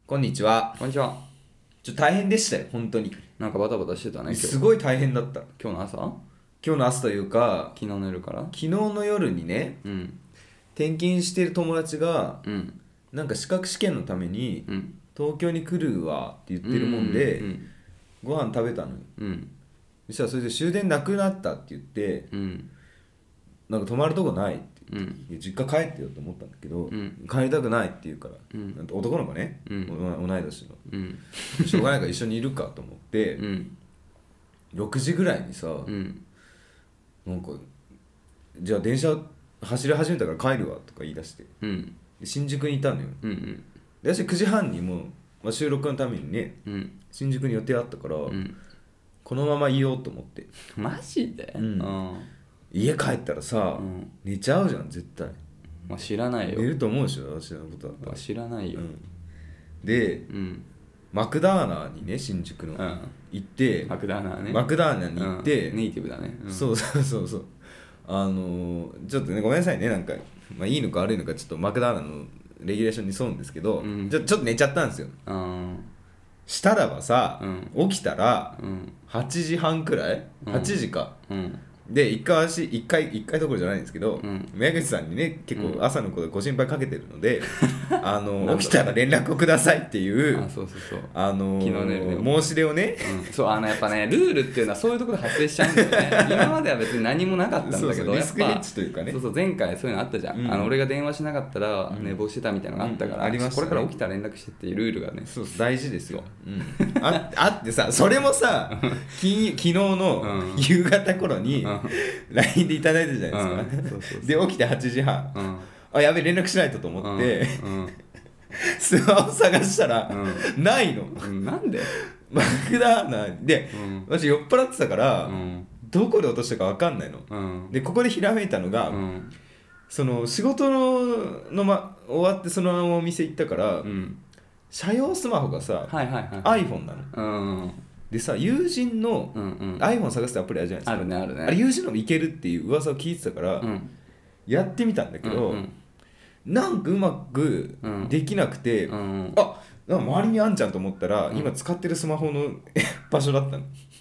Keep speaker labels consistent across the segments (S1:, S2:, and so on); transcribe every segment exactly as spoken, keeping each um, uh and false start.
S1: こんにちは。
S2: こんにちは。
S1: ちょっと大変でしたよ、本当に。
S2: なんかバタバタしてたね、今日。
S1: すごい大変だった。
S2: 今日の朝
S1: 今日の朝というか、
S2: 昨日の夜から
S1: 昨日の夜にね、
S2: うん。
S1: 転勤してる友達が、
S2: うん。
S1: なんか資格試験のために、
S2: うん。
S1: 東京に来るわって言ってるもんで、
S2: うん。
S1: ご飯食べたのよ。
S2: うん。
S1: そしたらそれで終電なくなったって言って、
S2: うん。
S1: なんか泊まるとこないって
S2: うん。
S1: いや実家帰ってよと思ったんだけど、
S2: うん
S1: 帰りたくないって言うから、
S2: うん
S1: なんと男の子ね、
S2: うん
S1: お同い年の。
S2: うん。
S1: しょうがないから一緒にいるかと思って、
S2: うん。
S1: ろくじぐらいにさ、
S2: うん。
S1: なんかじゃあ電車走り始めたから帰るわとか言い出して、
S2: うん。
S1: で新宿にいたのよ。
S2: うん。
S1: で私くじはんにもう、まあ、収録のためにね
S2: うん。
S1: 新宿に予定あったから、
S2: うん。
S1: このままいようと思って、
S2: マジで
S1: うん
S2: あ
S1: 家帰ったらさ、
S2: うん
S1: 寝ちゃうじゃん絶対。
S2: まあ知らないよ。
S1: 寝ると思うでしょ私のことだったら。
S2: まあ知らないよ。
S1: うんで
S2: うん。
S1: マクダーナにね新宿の、
S2: うん。
S1: 行って
S2: マクダーナーね。
S1: マクダーナに行って、
S2: うんネイティブだね。うん
S1: そうそうそうそうあのーちょっとねごめんなさいねなんか、まあ、いいのか悪いのかちょっとマクダーナのレギュレーションに沿うんですけど、
S2: うん
S1: ちょちょっと寝ちゃったんですよ。
S2: あ
S1: したらばさ、
S2: う
S1: 起きたら
S2: ーうん。
S1: はちじはんくらい、
S2: うん
S1: はちじか
S2: うん。
S1: で一回足一回一回どころじゃないんですけど、
S2: うん
S1: 宮口さんにね結構
S2: うん
S1: 朝のことご心配かけてるので、あの
S2: なんだ
S1: 起きたら連絡をくださいっていう
S2: あ、そうそうそう。
S1: あの
S2: 昨日ね
S1: 申し出をね
S2: うん、そうあのやっぱねルールっていうのはそういうところで発生しちゃうんだよね今までは別に何もなかったんだけど
S1: そうそうリスクヘ
S2: やっぱ
S1: ッジというかね
S2: そうそう前回そういうのあったじゃん、
S1: うん
S2: あの俺が電話しなかったら
S1: うん
S2: 寝坊してたみたいなのがあったから、
S1: うんありましたね
S2: これから起きたら連絡してっていうルールがね
S1: そうそう大事ですよ、うん、ああってさそれもさ金昨日の
S2: うん
S1: 夕方頃に
S2: うん
S1: ライン でいただいたじゃないですか、
S2: うんそうそうそう
S1: で起きてはちじはん、
S2: うん
S1: あやべ連絡しないとと思って、
S2: うん
S1: スマホ探したら、
S2: う
S1: ないの
S2: うん、なんで
S1: マクダーナで、
S2: うん
S1: 私酔っ払ってたから、
S2: うん
S1: どこで落としたか分かんないの、
S2: うん
S1: でここでひらめいたのが、
S2: うん
S1: その仕事のの、ま、終わってそのままお店行ったから、
S2: うん
S1: 社用スマホがさ、
S2: はいはいはい
S1: iPhone なの
S2: うん
S1: でさ友人の
S2: うんうん
S1: iPhone 探すってアプリあるじゃないですか、
S2: あるねあるね
S1: あれ友人のもいけるっていう噂を聞いてたから、
S2: うん
S1: やってみたんだけど、
S2: うん
S1: なんかうまく
S2: うん
S1: できなくて、
S2: うんうん
S1: あなんか周りにあんちゃんと思ったら、
S2: うん
S1: 今使ってるスマホの場所だったの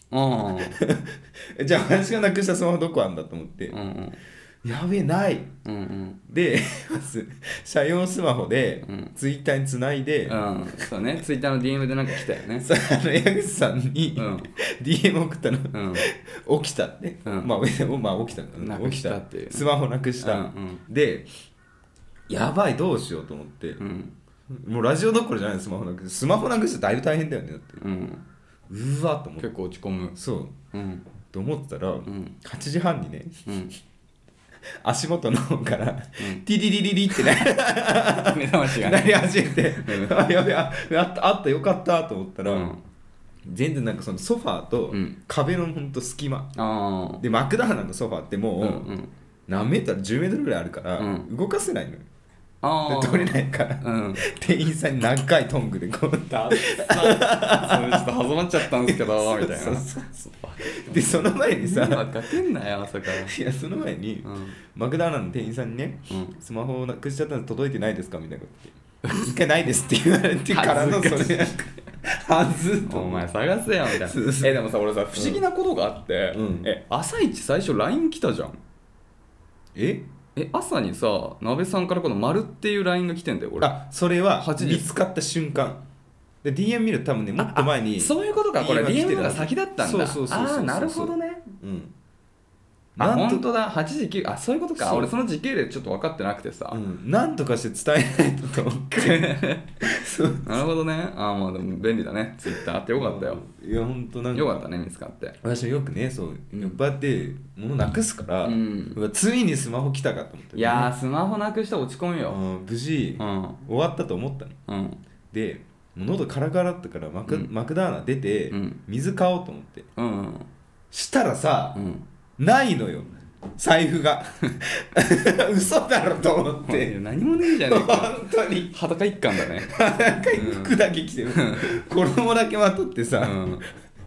S2: うん
S1: じゃあ私がなくしたスマホどこあんだと思って、
S2: うんうん
S1: やべえない
S2: うんうん
S1: でまず社用スマホで
S2: うん
S1: ツイッターにつないで、
S2: うん、そうね、ツイッターの ディーエム でなんか来たよね。
S1: さあの矢口さんに、
S2: うん
S1: ディーエム 送ったの、
S2: うん。
S1: 起きたって、
S2: うん
S1: まあ別にまあ起きたの
S2: なくしたっていうね
S1: スマホなくした、
S2: うん
S1: でやばいどうしようと思って、
S2: うん。
S1: もうラジオどころじゃないスマホなくしてスマホなくしてだいぶ大変だよねだって
S2: うん。
S1: うわと思って
S2: 結構落ち込む。
S1: そう
S2: うん。
S1: と思ってたら、
S2: うん。
S1: はちじはんにね
S2: うん。
S1: 足元の方から、
S2: うん
S1: ティリリリリってね
S2: 目覚ましが
S1: な
S2: ね。
S1: り始めて、
S2: う
S1: あやべああったあったよかったと思ったら、
S2: うん。
S1: 全然なんかそのソファーと
S2: うん
S1: 壁のほんと隙間、
S2: ああ。
S1: でマクダーナのソファーってもう、
S2: うんうん。
S1: 何メートルじゅうメートルぐらいあるから、
S2: うん
S1: 動かせないのよ
S2: ああ。
S1: で取れないから、
S2: うん。
S1: 店員さんに長いトングでこう
S2: だっさ。それちょっと弾まっちゃったんですけど、みたいな。
S1: そうそうそうでその前にさ
S2: 迷惑かけんなよ、朝から。
S1: いやその前に、
S2: うん。
S1: マクダーナの店員さんにね
S2: うん。
S1: スマホをなくしちゃったんで届いてないですかみたいなこと言って一回ないですって言われてからのそ
S2: 恥ず
S1: れはずと
S2: お前探せよみたいな
S1: そうそう
S2: えでもさ俺さ不思議なことがあって、
S1: うん
S2: え朝一最初 ライン 来たじゃん
S1: え
S2: え朝にさ鍋さんからこの丸っていう ライン が来てんだよ俺
S1: あそれは
S2: はちじ
S1: 見つかった瞬間で ディーエム 見ると多分ねもっと前に
S2: そういうことかこれ ディーエム が先だったんだ
S1: そうそうそうそうそう
S2: あーなるほどね
S1: うん
S2: あ
S1: なんと
S2: 本当だはちじきゅうあそういうことか
S1: そう
S2: 俺その時系列ちょっと分かってなくてさ、
S1: うん、なんとかして伝えないとと思ってそう
S2: なるほどねあーまあでも便利だねツイッターってよかったよ
S1: いや本当なんか
S2: よかったね見つかって
S1: 私もよくねそう酔っ払って物なくすから、
S2: うん
S1: うわついにスマホ来たかと思って、
S2: いやースマホなくしたら落ち込むよ
S1: うん無事、
S2: うん
S1: 終わったと思ったの
S2: うん
S1: でもう喉カラカラだったからマク,、
S2: うん
S1: マクダーナ出て、
S2: うん
S1: 水買おうと思って
S2: うん
S1: したらさ
S2: う、ん
S1: ないのよ財布が嘘だろと思っ
S2: い
S1: て
S2: や何もねえじゃねえか
S1: 本当に
S2: 裸一貫だね
S1: なんか服だけ着てる、衣だけまとってさ、
S2: うん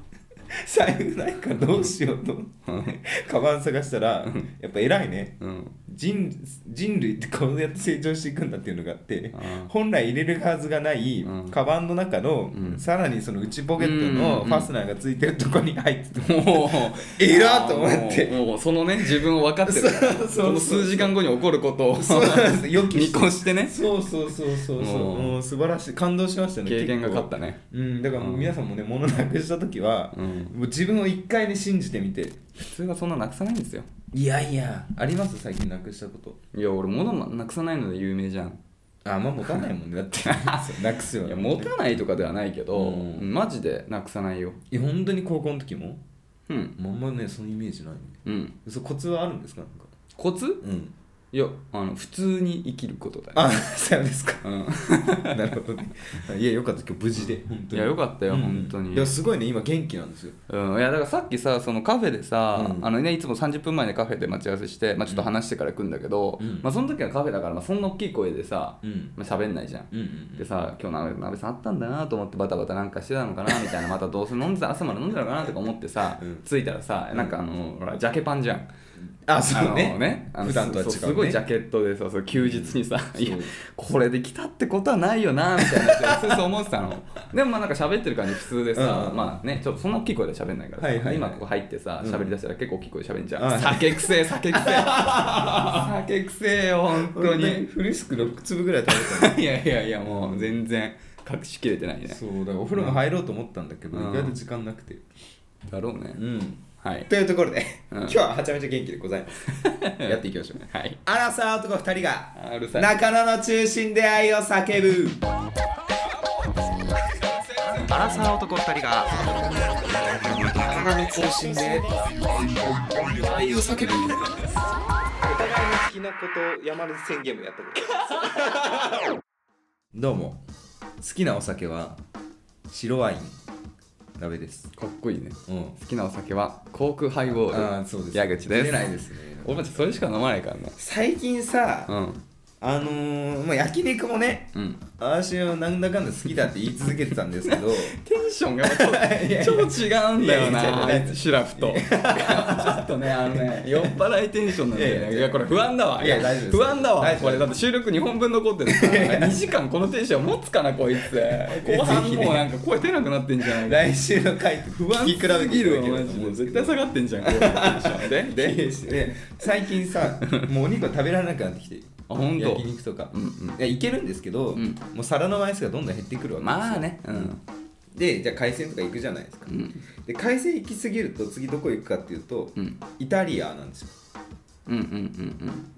S1: 財布ないからどうしようと思ってカバン探したらやっぱ偉いね、
S2: うん、
S1: 人, 人類ってこうやって成長していくんだっていうのがあって、
S2: うん、
S1: 本来入れるはずがない、うん、カバンの中の、うん、さらにその内ポケットのファスナーがついてるところに入ってて、もうえらーと思って、
S2: もうもうそのね自分を分かってるからそうそうそう、その数時間後に起こることをそう見越してね、
S1: そうそうそうそうそう、もう素晴らしい、感動しましたね。
S2: 経験が勝ったね。
S1: うん、だから皆さんもね、物なくした時は、うん、もう自分を一回ね信じてみて。
S2: 普通はそんななくさないんですよ。
S1: いやいや、あります最近なくしたこと。
S2: いや俺物なくさないので有名じゃん。
S1: あんま持たないもんねだってなくすよね。
S2: いや持たないとかではないけど、うん、マジでなくさないよ。
S1: え本当に高校の時も？
S2: うん。
S1: まんまねそのイメージない。
S2: うん。
S1: そコツはあるんですか？なんか
S2: コツ？
S1: うん。
S2: いやあの普通に生きることだよ。
S1: あ、そうですか。
S2: うん、
S1: なるほどね。いやよかった今日無事で本当に。
S2: いやよかったよ、うん、本当に。
S1: いやすごいね今元気なんですよ。
S2: うん、いやだからさっきさそのカフェでさ、うん、あのねいつもさんじゅっぷんまえでカフェで待ち合わせして、まあ、ちょっと話してから来るんだけど、うんまあ、その時はカフェだから、まあ、そんな大きい声でさ、うんまあ、喋んないじゃん。うんうん、でさ今日なべさんあったんだなと思ってバタバタなんかしてたのかなみたいなまたどうせ飲んでた朝まで飲んでたのかなとか思ってさ、うん、着いたらさなんかあのほらジャケパンじゃん。
S1: あ、そうね。
S2: あのねあの
S1: 普段とは違うね。
S2: すごいジャケットでさそう休日にさ、うん、いやこれで来たってことはないよなみたいなそうそう思ってたの。でもまあなんか喋ってる感じ普通でさ、うん、まあねちょっとそんな大きい声で喋んないからさ、はいはいはい、今ここ入ってさ喋り出したら結構大きい声で喋んじゃん、うん、酒くせえ酒くせえ酒くせえよ本当に。
S1: フリスクろくつぶぐらい食べた
S2: いやいやいやもう全然隠しきれてないね。
S1: そうだからお風呂も入ろうと思ったんだけど、うん、意外と時間なくて。
S2: だろうね。
S1: うん
S2: はい、
S1: というところで、うん、今日ははちゃめちゃ元気でございますやっていきましょう、はい、アラサー男ふたりが中野の中心で愛を叫ぶ。アラサー男ふたりが中野の中心で愛を叫ぶ。お互いの好きなことを山根宣言もやったことどうも好きなお酒は白ワインダメです。
S2: かっこいいね、
S1: うん、
S2: 好きなお酒はコークハイボール。
S1: あそうです。
S2: 矢口です。
S1: 出ないですね。
S2: 俺たちそれしか飲まないからね
S1: 最近さ、うん、あのー、まあ、焼肉もね、うん、私はなんだかんだ好きだって言い続けてたんですけど
S2: テンションがちょ超違うんだよなあいつシラフとちょっとねあのね酔っ払いテンションなんで、ね、いやこれ不安だわ。いや大丈夫です。不安だわこれだって収録にほんぶん残ってるからにじかんこのテンション持つかなこいつ後半もうなんか声出なくなってんじゃん。
S1: 来週の回
S2: 不安すぎるわマジで絶対下がってんじゃんこうテンションで
S1: で最近さもうお肉は食べられなくなってきて
S2: あ本当
S1: 焼肉とか、うんうん、いやいけるんですけど、うん、もう皿の枚数がどんどん減ってくるわけですよ。
S2: まあね、うん、
S1: でじゃあ海鮮とか行くじゃないですか、うん、で海鮮行き過ぎると次どこ行くかっていうと、うん、イタリアなんですよ。
S2: うんうんうんうん、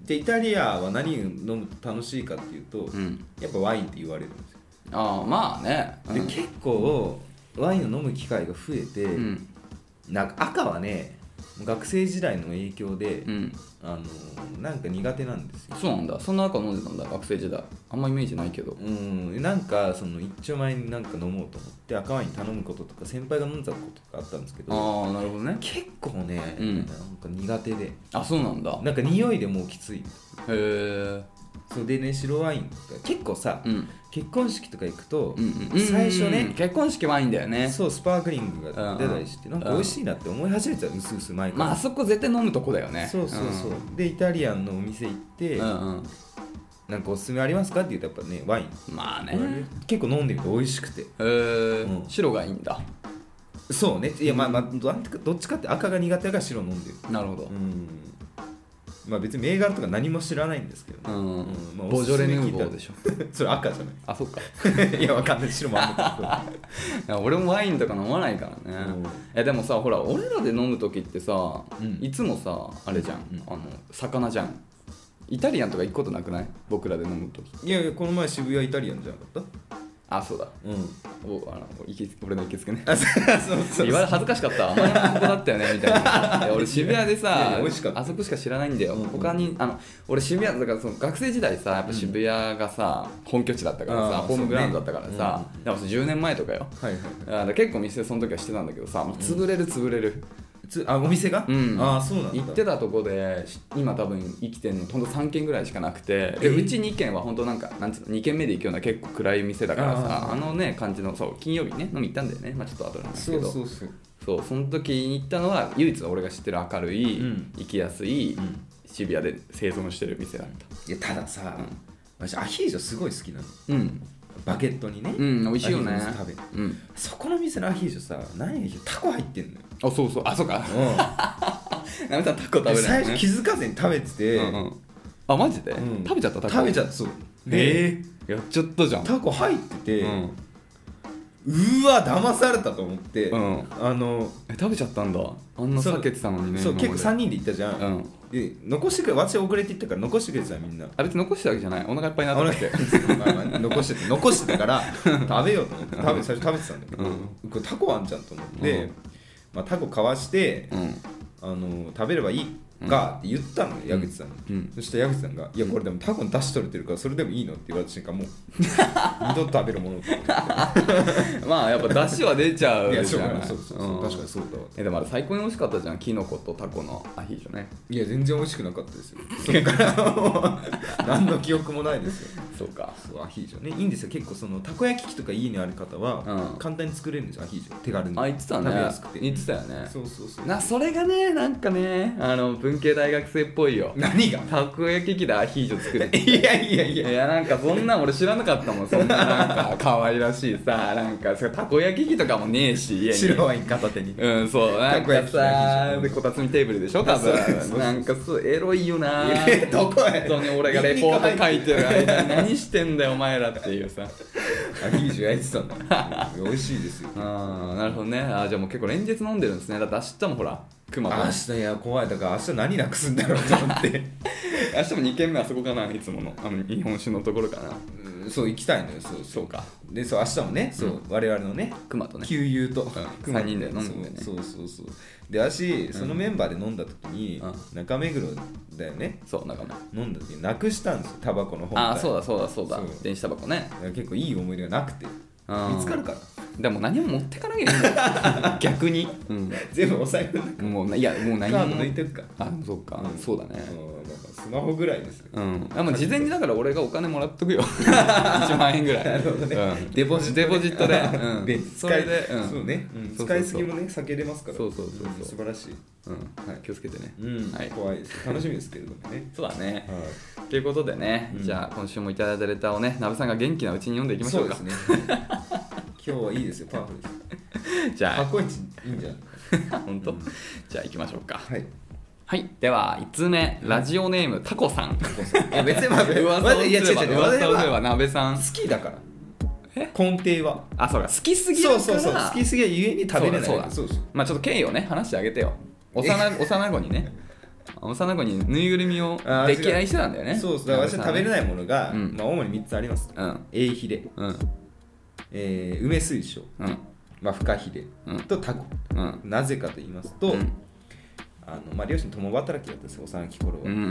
S1: でイタリアは何を飲むと楽しいかっていうと、うん、やっぱワインって言われるんですよ。
S2: ああまあね、
S1: うん、で結構ワインを飲む機会が増えて、うん、なんか赤はね学生時代の影響で、うん、あのなんか苦手なんですよ。
S2: そうなんだ。そんな赤飲んでたんだ学生時代。あんまイメージないけど。
S1: うんなんかその一丁前になんか飲もうと思って赤ワイン頼むこととか先輩が飲んだことがあったんですけど。
S2: ああなるほどね。
S1: 結構ね、うん、なんか苦手で。
S2: あそうなんだ。
S1: なんか匂いでもうきつい。へ
S2: え。
S1: そうでね白ワインとか結構さ、うん、結婚式とか行くと、
S2: うんうん、
S1: 最初ね、
S2: うんうん、結婚式ワインだよね。
S1: そうスパークリングが出たりして、うんうん、なんか美味しいなって思い始めてたうすうす前から。
S2: まああそこ絶対飲むとこだよね。
S1: そうそうそう、うん、でイタリアンのお店行って、うんうん、なんかおすすめありますかって言うとやっぱねワイン
S2: まあね
S1: 結構飲んでみて美味しくて。へ
S2: えーうん、白がいいんだ。
S1: そうねいやまあまあどっちかって赤が苦手だから白飲んでる。
S2: なるほど。
S1: うんまあ別に銘柄とか何も知らないんですけど、ねうんうん
S2: まあ、ボジョレ・ヌーボーでしょ
S1: それ赤じゃない。あ
S2: そっか
S1: いやわかんない白もあ
S2: る俺もワインとか飲まないからね、うん、えでもさほら俺らで飲む時ってさ、うん、いつもさあれじゃん、うん、あの魚じゃん。イタリアンとか行くことなくない僕らで飲む時。
S1: いやいやこの前渋谷イタリアンじゃなかった。
S2: あそうだ、うん、おあの俺の行きつけね。
S1: あそうそうそう
S2: 言われ恥ずかしかった。お前ここだったよねみたいな。いや俺渋谷でさ美味しかったあそこしか知らないんだよ、うんうん、他にあの俺渋谷だからその学生時代さやっぱ渋谷がさ、うん、本拠地だったからさホームグラウンドだったからさ、ね、でもじゅうねんまえとかよ、はいはいはい、結構店その時はしてたんだけどさもう潰れる潰れる、
S1: つあお店が、うん、あそうなんだ。
S2: 行ってたとこで今多分生きてるのほんとさんけんぐらいしかなくてでうちにけんはほんとなんかなんつうのにけんめで行くような結構暗い店だからさ あ, あのね感じのそう金曜日ね飲み行ったんだよね。まあちょっと後なんですけど
S1: そうそうそう
S2: そうその時に行ったのは唯一俺が知ってる明るい、うん、行きやすい、うん、渋谷で生存してる店だった。
S1: いやたださ、うん、私アヒージョすごい好きなの、
S2: うん、
S1: バゲットにね、
S2: うん、美味しいよね。
S1: 食べ、うん、そこの店のアヒージョさ、何やタコ入ってんのよ。
S2: あ、そうそう、あ、そうか、うん、ナミさんタコ食べない、ね、
S1: 最初気づかずに食べてて、
S2: うんうん、あ、マジで、うん、食べちゃったタコ。
S1: 食べちゃった、そう。
S2: えー、やっちゃったじゃん。
S1: タコ入ってて、うん、うわ騙されたと思って、うん、あの
S2: え食べちゃったんだ。あんな避けてたのにね。
S1: そう、結構さんにんで行ったじゃん、うん、で残してくれ、私遅れて行ったから残してくれてたみんな。
S2: あ、別に残してたわけじゃない、お腹いっぱいになってて
S1: まあまあ残してて残してたから食べようと思って食べ最初食べてたんだけど、うん、これタコあんじゃんと思って、うん、まあ、タコかわして、うん、あの食べればいいかって言ったのね、矢口さんに、うん、そしたら矢口さんが「いやこれでもタコの出汁取れてるからそれでもいいの?」って言われた瞬間もう二度と食べるものと
S2: まあやっぱ出汁は出ちゃうじゃない。
S1: そうそうそう、うん、確かにそうだわ。
S2: えでもあれ最高に美味しかったじゃん、キノコとタコのアヒージョね。
S1: いや全然美味しくなかったですよそれから何の記憶もないですよ。
S2: そうか、
S1: そうアヒージョねいいんですよ。結構そのたこ焼き器とか家にある方は、うん、簡単に作れるんですよアヒージョ、手軽に。
S2: あ、言ってたね、
S1: 食べやすくて。
S2: 言ってたよね。
S1: そうそうそう。
S2: なそれがね、なんかね、あの文系大学生っぽいよ。
S1: 何が
S2: たこ焼き器でアヒージョ作るって
S1: いやいやいや
S2: いや、なんかそんなん俺知らなかったもん。そんななんか可愛らしいさ、なんかたこ焼き器とかもねえし、家に
S1: 白ワイン片手に。
S2: うん、そうなんかさ、でこたつにテーブルでしょ多分。なんかそうエロいよな。
S1: どこへ
S2: 本当に俺がレポート書いてる間に何してんだよお前らっていうさ。
S1: アヒージョ焼いてたんだ美味しいですよ。
S2: ああ、なるほどね。あ、じゃあもう結構連日飲んでるんですね。だって明日もほら熊と。
S1: 明日、いや怖い、だから明日何なくすんだろうと思って
S2: 明日もに軒目あそこかな、いつものあの日本酒のところかな。
S1: うん、そう行きたいのよ。そう
S2: そうか。
S1: でそう明日もね、そう、うん、我々のね
S2: 熊とね
S1: 旧友と、
S2: うん、さんにんで飲んでね。
S1: そうそうそうそう。で私そのメンバーで飲んだ時に、うん、中目黒だよね。
S2: そう中目
S1: 飲んだ時になくしたんですよ、タバコの本体。
S2: あ、そうだそうだそうだ、そう電子タバコね。
S1: 結構いい思い出がなくて見つかるから。
S2: でも何も持ってかなきゃいけない逆に、
S1: うん、全部お財布の中。
S2: もういやもう何も
S1: カード抜いてるか。
S2: あ、そうか、うん、そうだね。
S1: スマホぐらいですよ。
S2: うん。あ、もう事前にだから俺がお金もらっとくよ。いちまんえんぐらい。
S1: なるほどね。
S2: うん、
S1: デポジット、
S2: デポジットで。
S1: うん。でそれで、うん、そうね。うん、使いすぎもね避けれますから。
S2: そうそうそうそう。
S1: 素晴らしい。
S2: うん。はい、気をつけてね。
S1: うん。はい。怖いです。楽しみですけれどもね。
S2: そうだね。はい。ということでね、じゃあ今週もいただいたレターをね、なべさんが元気なうちに読んでいきましょうか。
S1: そうですね。今日はいいですよ、パワフルです。
S2: じゃあ
S1: 過去一いいんじゃない。
S2: 本当。じゃあ行きましょうか。
S1: はい。
S2: はい、ではいつつめ、ラジオネームタコさん。
S1: タコさん。いや別にまあ
S2: 噂をすれば噂をすればなべさん
S1: 好きだから。え？根底は。
S2: あ、そうか、好きすぎるから。
S1: そうそうそう。好きすぎるゆえに食べれない。
S2: そうだそうだ。まあちょっと経緯をね話してあげてよ。幼幼子にね。幼子にぬいぐるみを溺愛してたんだよね。
S1: そうそう。私は食べれないものが、まあ主にみっつあります。うん。エイヒレ。うん。えー、梅水晶。うん。まあフカヒレとタコ。うん。なぜかと言いますと。あのまあ、両親共働きだったんですよ、幼き頃は、うんうん、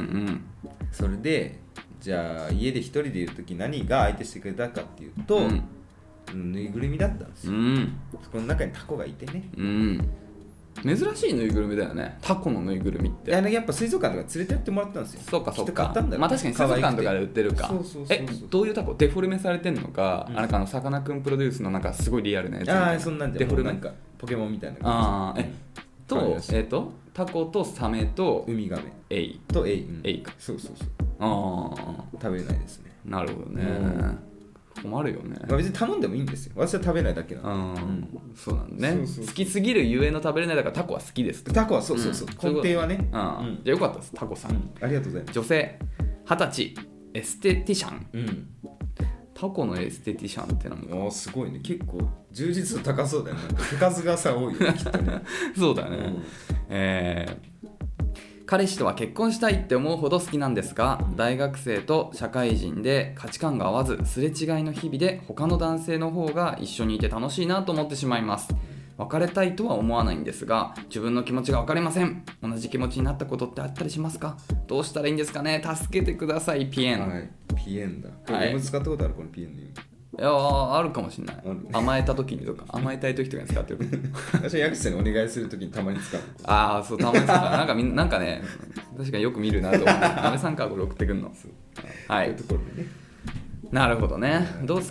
S1: それでじゃあ家で一人でいるとき何が相手してくれたかっていうと、うん、ぬいぐるみだったんですよ、うん、そこの中にタコがいてね、
S2: うん、珍しいぬいぐるみだよね、タコのぬいぐるみって。
S1: いややっぱ水族館とか連れてってもらったんですよ。
S2: そうかそうか、
S1: 買ったんだろう。
S2: まあ確かに水族館とかで売ってるか。
S1: そうそうそうそう。
S2: え、どういうタコ？デフォルメされてんのか、うん、あなんかあのさかなクンプロデュースのなんかすごいリアルなやつ。
S1: ああ、そんなんじゃ
S2: デフォルメ
S1: なんかポケモンみたいな感じ。
S2: ああ、えと、えー、とタコとサメと
S1: ウミガメ
S2: エイ
S1: とエイ、うん、
S2: エイか。
S1: そうそうそう。
S2: ああ、
S1: 食べれないですね。
S2: なるほどね、うん、困るよね。
S1: まあ、別に頼んでもいいんですよ、私は食べないだけなので、うん
S2: うん、そうなんね。そうそうそう、好きすぎるゆえの食べれないだからタコは好きです。
S1: タコはそうそうそう、うん、根底はね、うん、
S2: じゃあよかったです、タコさん、うん、
S1: ありがとうございます。
S2: 女性はたちエステティシャン、うん、タコのエステティシャンってなんか
S1: あすごいね、結構充実度高そうだよね。手数がさ多いよねきっとね
S2: そうだね、うん、えー彼氏とは結婚したいって思うほど好きなんですが、大学生と社会人で価値観が合わず、すれ違いの日々で他の男性の方が一緒にいて楽しいなと思ってしまいます。別れたいとは思わないんですが、自分の気持ちが分かりません。同じ気持ちになったことってあったりしますか？どうしたらいいんですかね？助けてください、ピエン。
S1: はい、ピエンだ。これ、はい、使ったことある？このピエンの意味。
S2: いやあるかもしれない。甘えた時にとか甘えたい時とかに使ってる
S1: 私はヤクさんにお願いする時にたまに使う。
S2: ああそう、たまに使うなんかみんなんかね、確かによく見るなと思ってなべさんからこれ送ってくんの。はい、
S1: というところでね。
S2: なるほどね。どうですか、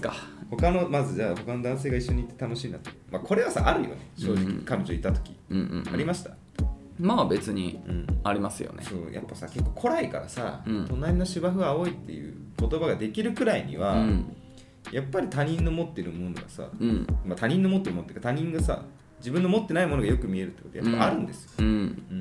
S1: 他のまずじゃあ他の男性が一緒にいて楽しいなって、まあ、これはさあるよね正直、うん、彼女いた時、うんうんうん、ありました。
S2: まあ別にありますよね、
S1: うん、そうやっぱさ結構古来からさ、うん、隣の芝生は青いっていう言葉ができるくらいには、うん、やっぱり他人の持ってるものがさ、うんまあ、他人の持ってるものっていうか他人がさ自分の持ってないものがよく見えるってことやっぱあるんですよ、うんうん、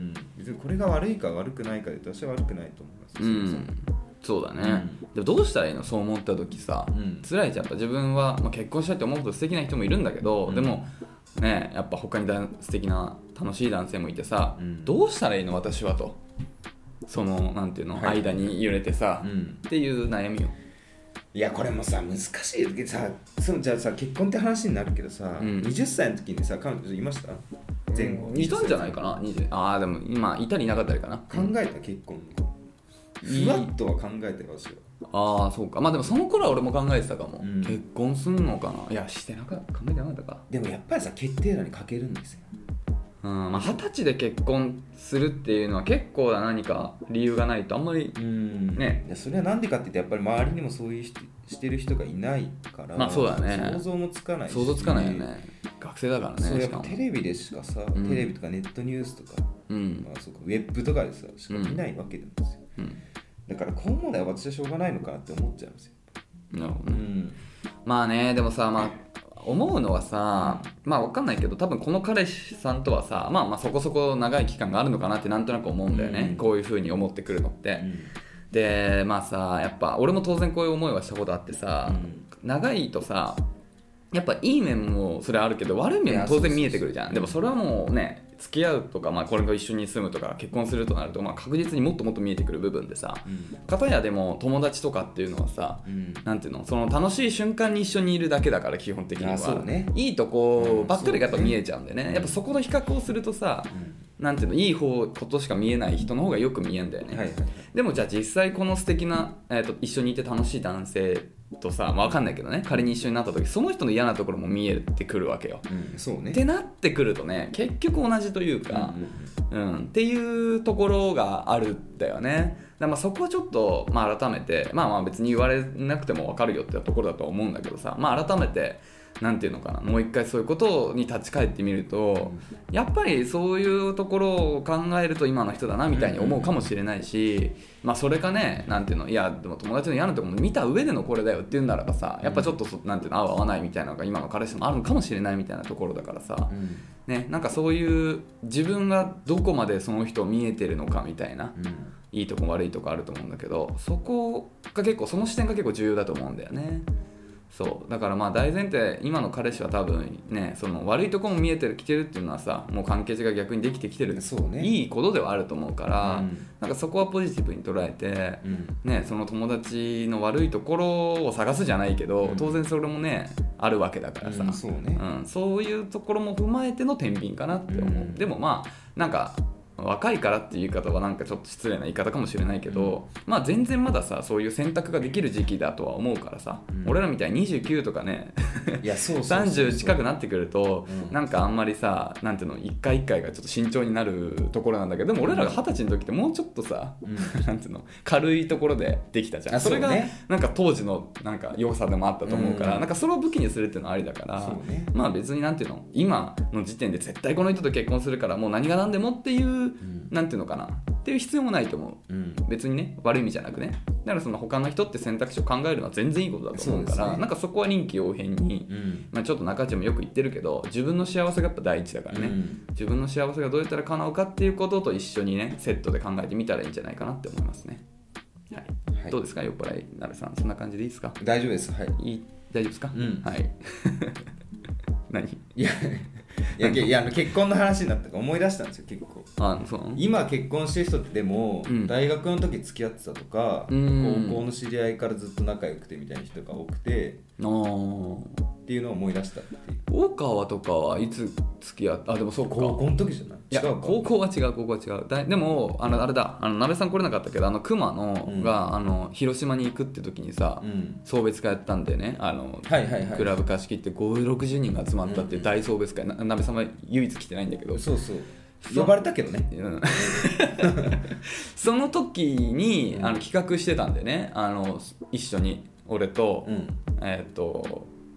S1: 別にこれが悪いか悪くないかで私は悪くないと思います、
S2: うん、そうだね、うん、でもどうしたらいいのそう思った時さ、うん、辛いじゃん。やっぱ自分は、まあ、結婚したいと思うほど素敵な人もいるんだけど、うん、でもねやっぱ他にだ素敵な楽しい男性もいてさ、うん、どうしたらいいの私はとそのなんていうの、はい、間に揺れてさ、うん、っていう悩みを。
S1: いやこれもさ難しいさそのじゃあさ結婚って話になるけどさ、うん、はたちの時にさ彼女いました前後
S2: いたんじゃないかな。ああでも今いたりいなかったりかな。
S1: 考えた結婚のふわっとは考えてますよ。
S2: ああそうか。まあでもその頃は俺も考えてたかも、うん、結婚すんのかな。いやしてなかった考えてなかったか。
S1: でもやっぱりさ決定打に欠けるんですよ。
S2: うんまあ、はたちで結婚するっていうのは結構な何か理由がないとあんまりね。
S1: いやそれはなんでかって言ってやっぱり周りにもそういう人してる人がいないから
S2: まあそうだね
S1: 想像もつかないし
S2: 想像つかないよね。学生だからね。
S1: そうやっぱテレビでしかさ、うん、テレビとかネットニュースとか、うんまあ、そうかウェブとかでさしか見ないわけなんですよ、うん、だからこの問題は私はしょうがないのかなって思っちゃうんですよ。
S2: なるほどね、うん、まあねでもさまあ思うのはさ、まあ分かんないけど多分この彼氏さんとはさ、まあ、まあそこそこ長い期間があるのかなってなんとなく思うんだよね、うん、こういう風に思ってくるのって、うん、でまあさやっぱ俺も当然こういう思いはしたことあってさ、うん、長いとさやっぱいい面もそれあるけど悪い面も当然見えてくるじゃん。でもそれはもうね付き合うとか、まあ、これが一緒に住むとか結婚するとなると、まあ、確実にもっともっと見えてくる部分でさ、うん、片やでも友達とかっていうのはさ、うん、なんていうのその楽しい瞬間に一緒にいるだけだから基本的には、
S1: そうね、
S2: いいとこばっかりがやっぱ見えちゃうんでね、うん、やっぱそこの比較をするとさ、うん、なんていうのいい方ことしか見えない人の方がよく見えんだよね、はいはいはい、でもじゃあ実際この素敵な、えーと、一緒にいて楽しい男性とさ、まあ、分かんないけどね仮に一緒になった時その人の嫌なところも見えてくるわけよ、
S1: うん、そうね
S2: ってなってくるとね結局同じというか、うんうんうん、っていうところがあるんだよね。だからまあそこはちょっと、まあ、改めてまあまあ別に言われなくても分かるよってところだと思うんだけどさ、まあ、改めてなんていうのかなもう一回そういうことに立ち返ってみるとやっぱりそういうところを考えると今の人だなみたいに思うかもしれないし、まあそれかねなんていうのいやでも友達の嫌なところも見た上でのこれだよっていうんならばさやっぱちょっとなんていうの合う合わないみたいなのが今の彼氏もあるのかもしれないみたいなところだからさ、うんね、なんかそういう自分がどこまでその人を見えてるのかみたいな、うん、いいとこ悪いとこあると思うんだけどそこが結構その視点が結構重要だと思うんだよね。そうだからまあ大前提今の彼氏は多分ねその悪いところも見えてるきてるっていうのはさもう関係値が逆にできてきてるそう、ね、いいことではあると思うから、うん、なんかそこはポジティブに捉えて、うんね、その友達の悪いところを探すじゃないけど、うん、当然それもねあるわけだからさ、うん そうねうん、そういうところも踏まえての天秤かなって思う、うん、でもまあなんか若いからっていう言い方はなんかちょっと失礼な言い方かもしれないけど、うん、まあ全然まださそういう選択ができる時期だとは思うからさ、うん、俺らみたいににじゅうきゅうとかねいやそうそうそうそうさんじゅう近くなってくると、うん、なんかあんまりさなんていうの一回一回がちょっと慎重になるところなんだけどでも俺らが二十歳の時ってもうちょっとさ、うん、なんていうの軽いところでできたじゃん。それがなんか当時のなんか良さでもあったと思うから、うん、なんかそれを武器にするっていうのはありだから、ね、まあ別になんていうの今の時点で絶対この人と結婚するからもう何が何でもっていううん、なんていうのかなっていう必要もないと思う、うん、別にね悪い意味じゃなくねだからその他の人って選択肢を考えるのは全然いいことだと思うから、ね、なんかそこは臨機応変に、うんまあ、ちょっと中地もよく言ってるけど自分の幸せがやっぱ第一だからね、うん、自分の幸せがどうやったら叶うかっていうことと一緒にねセットで考えてみたらいいんじゃないかなって思いますね、はいはい、どうですか酔っ払いなべさんそんな感じでいいですか。
S1: 大丈夫です、はい、
S2: いい大丈夫ですか、うん、はい何
S1: いやいやいや結婚の話になったから思い出したんですよ結構。
S2: あそう
S1: 今結婚してる人ってでも、うん、大学の時付き合ってたとか、うん、高校の知り合いからずっと仲良くてみたいな人が多くてっていうのを思い出したっていう。
S2: 大川とかはいつ付き合ったあでもそうか
S1: 高校の時じゃない。
S2: いや高校は違う高校は違うだでもあのあれだあのなべさん来れなかったけどあの熊野が、うん、あの広島に行くって時にさ、うん、送別会やったんでねあの、はいはいはい、クラブ貸し切ってごじゅうろくじゅうにんが集まったっていう大送別会、うんうん、なべさんは唯一来てないんだけど
S1: そうそう呼ばれたけどね、うん、
S2: その時にあの企画してたんでねあの一緒に俺と、うん、えっ、ー、と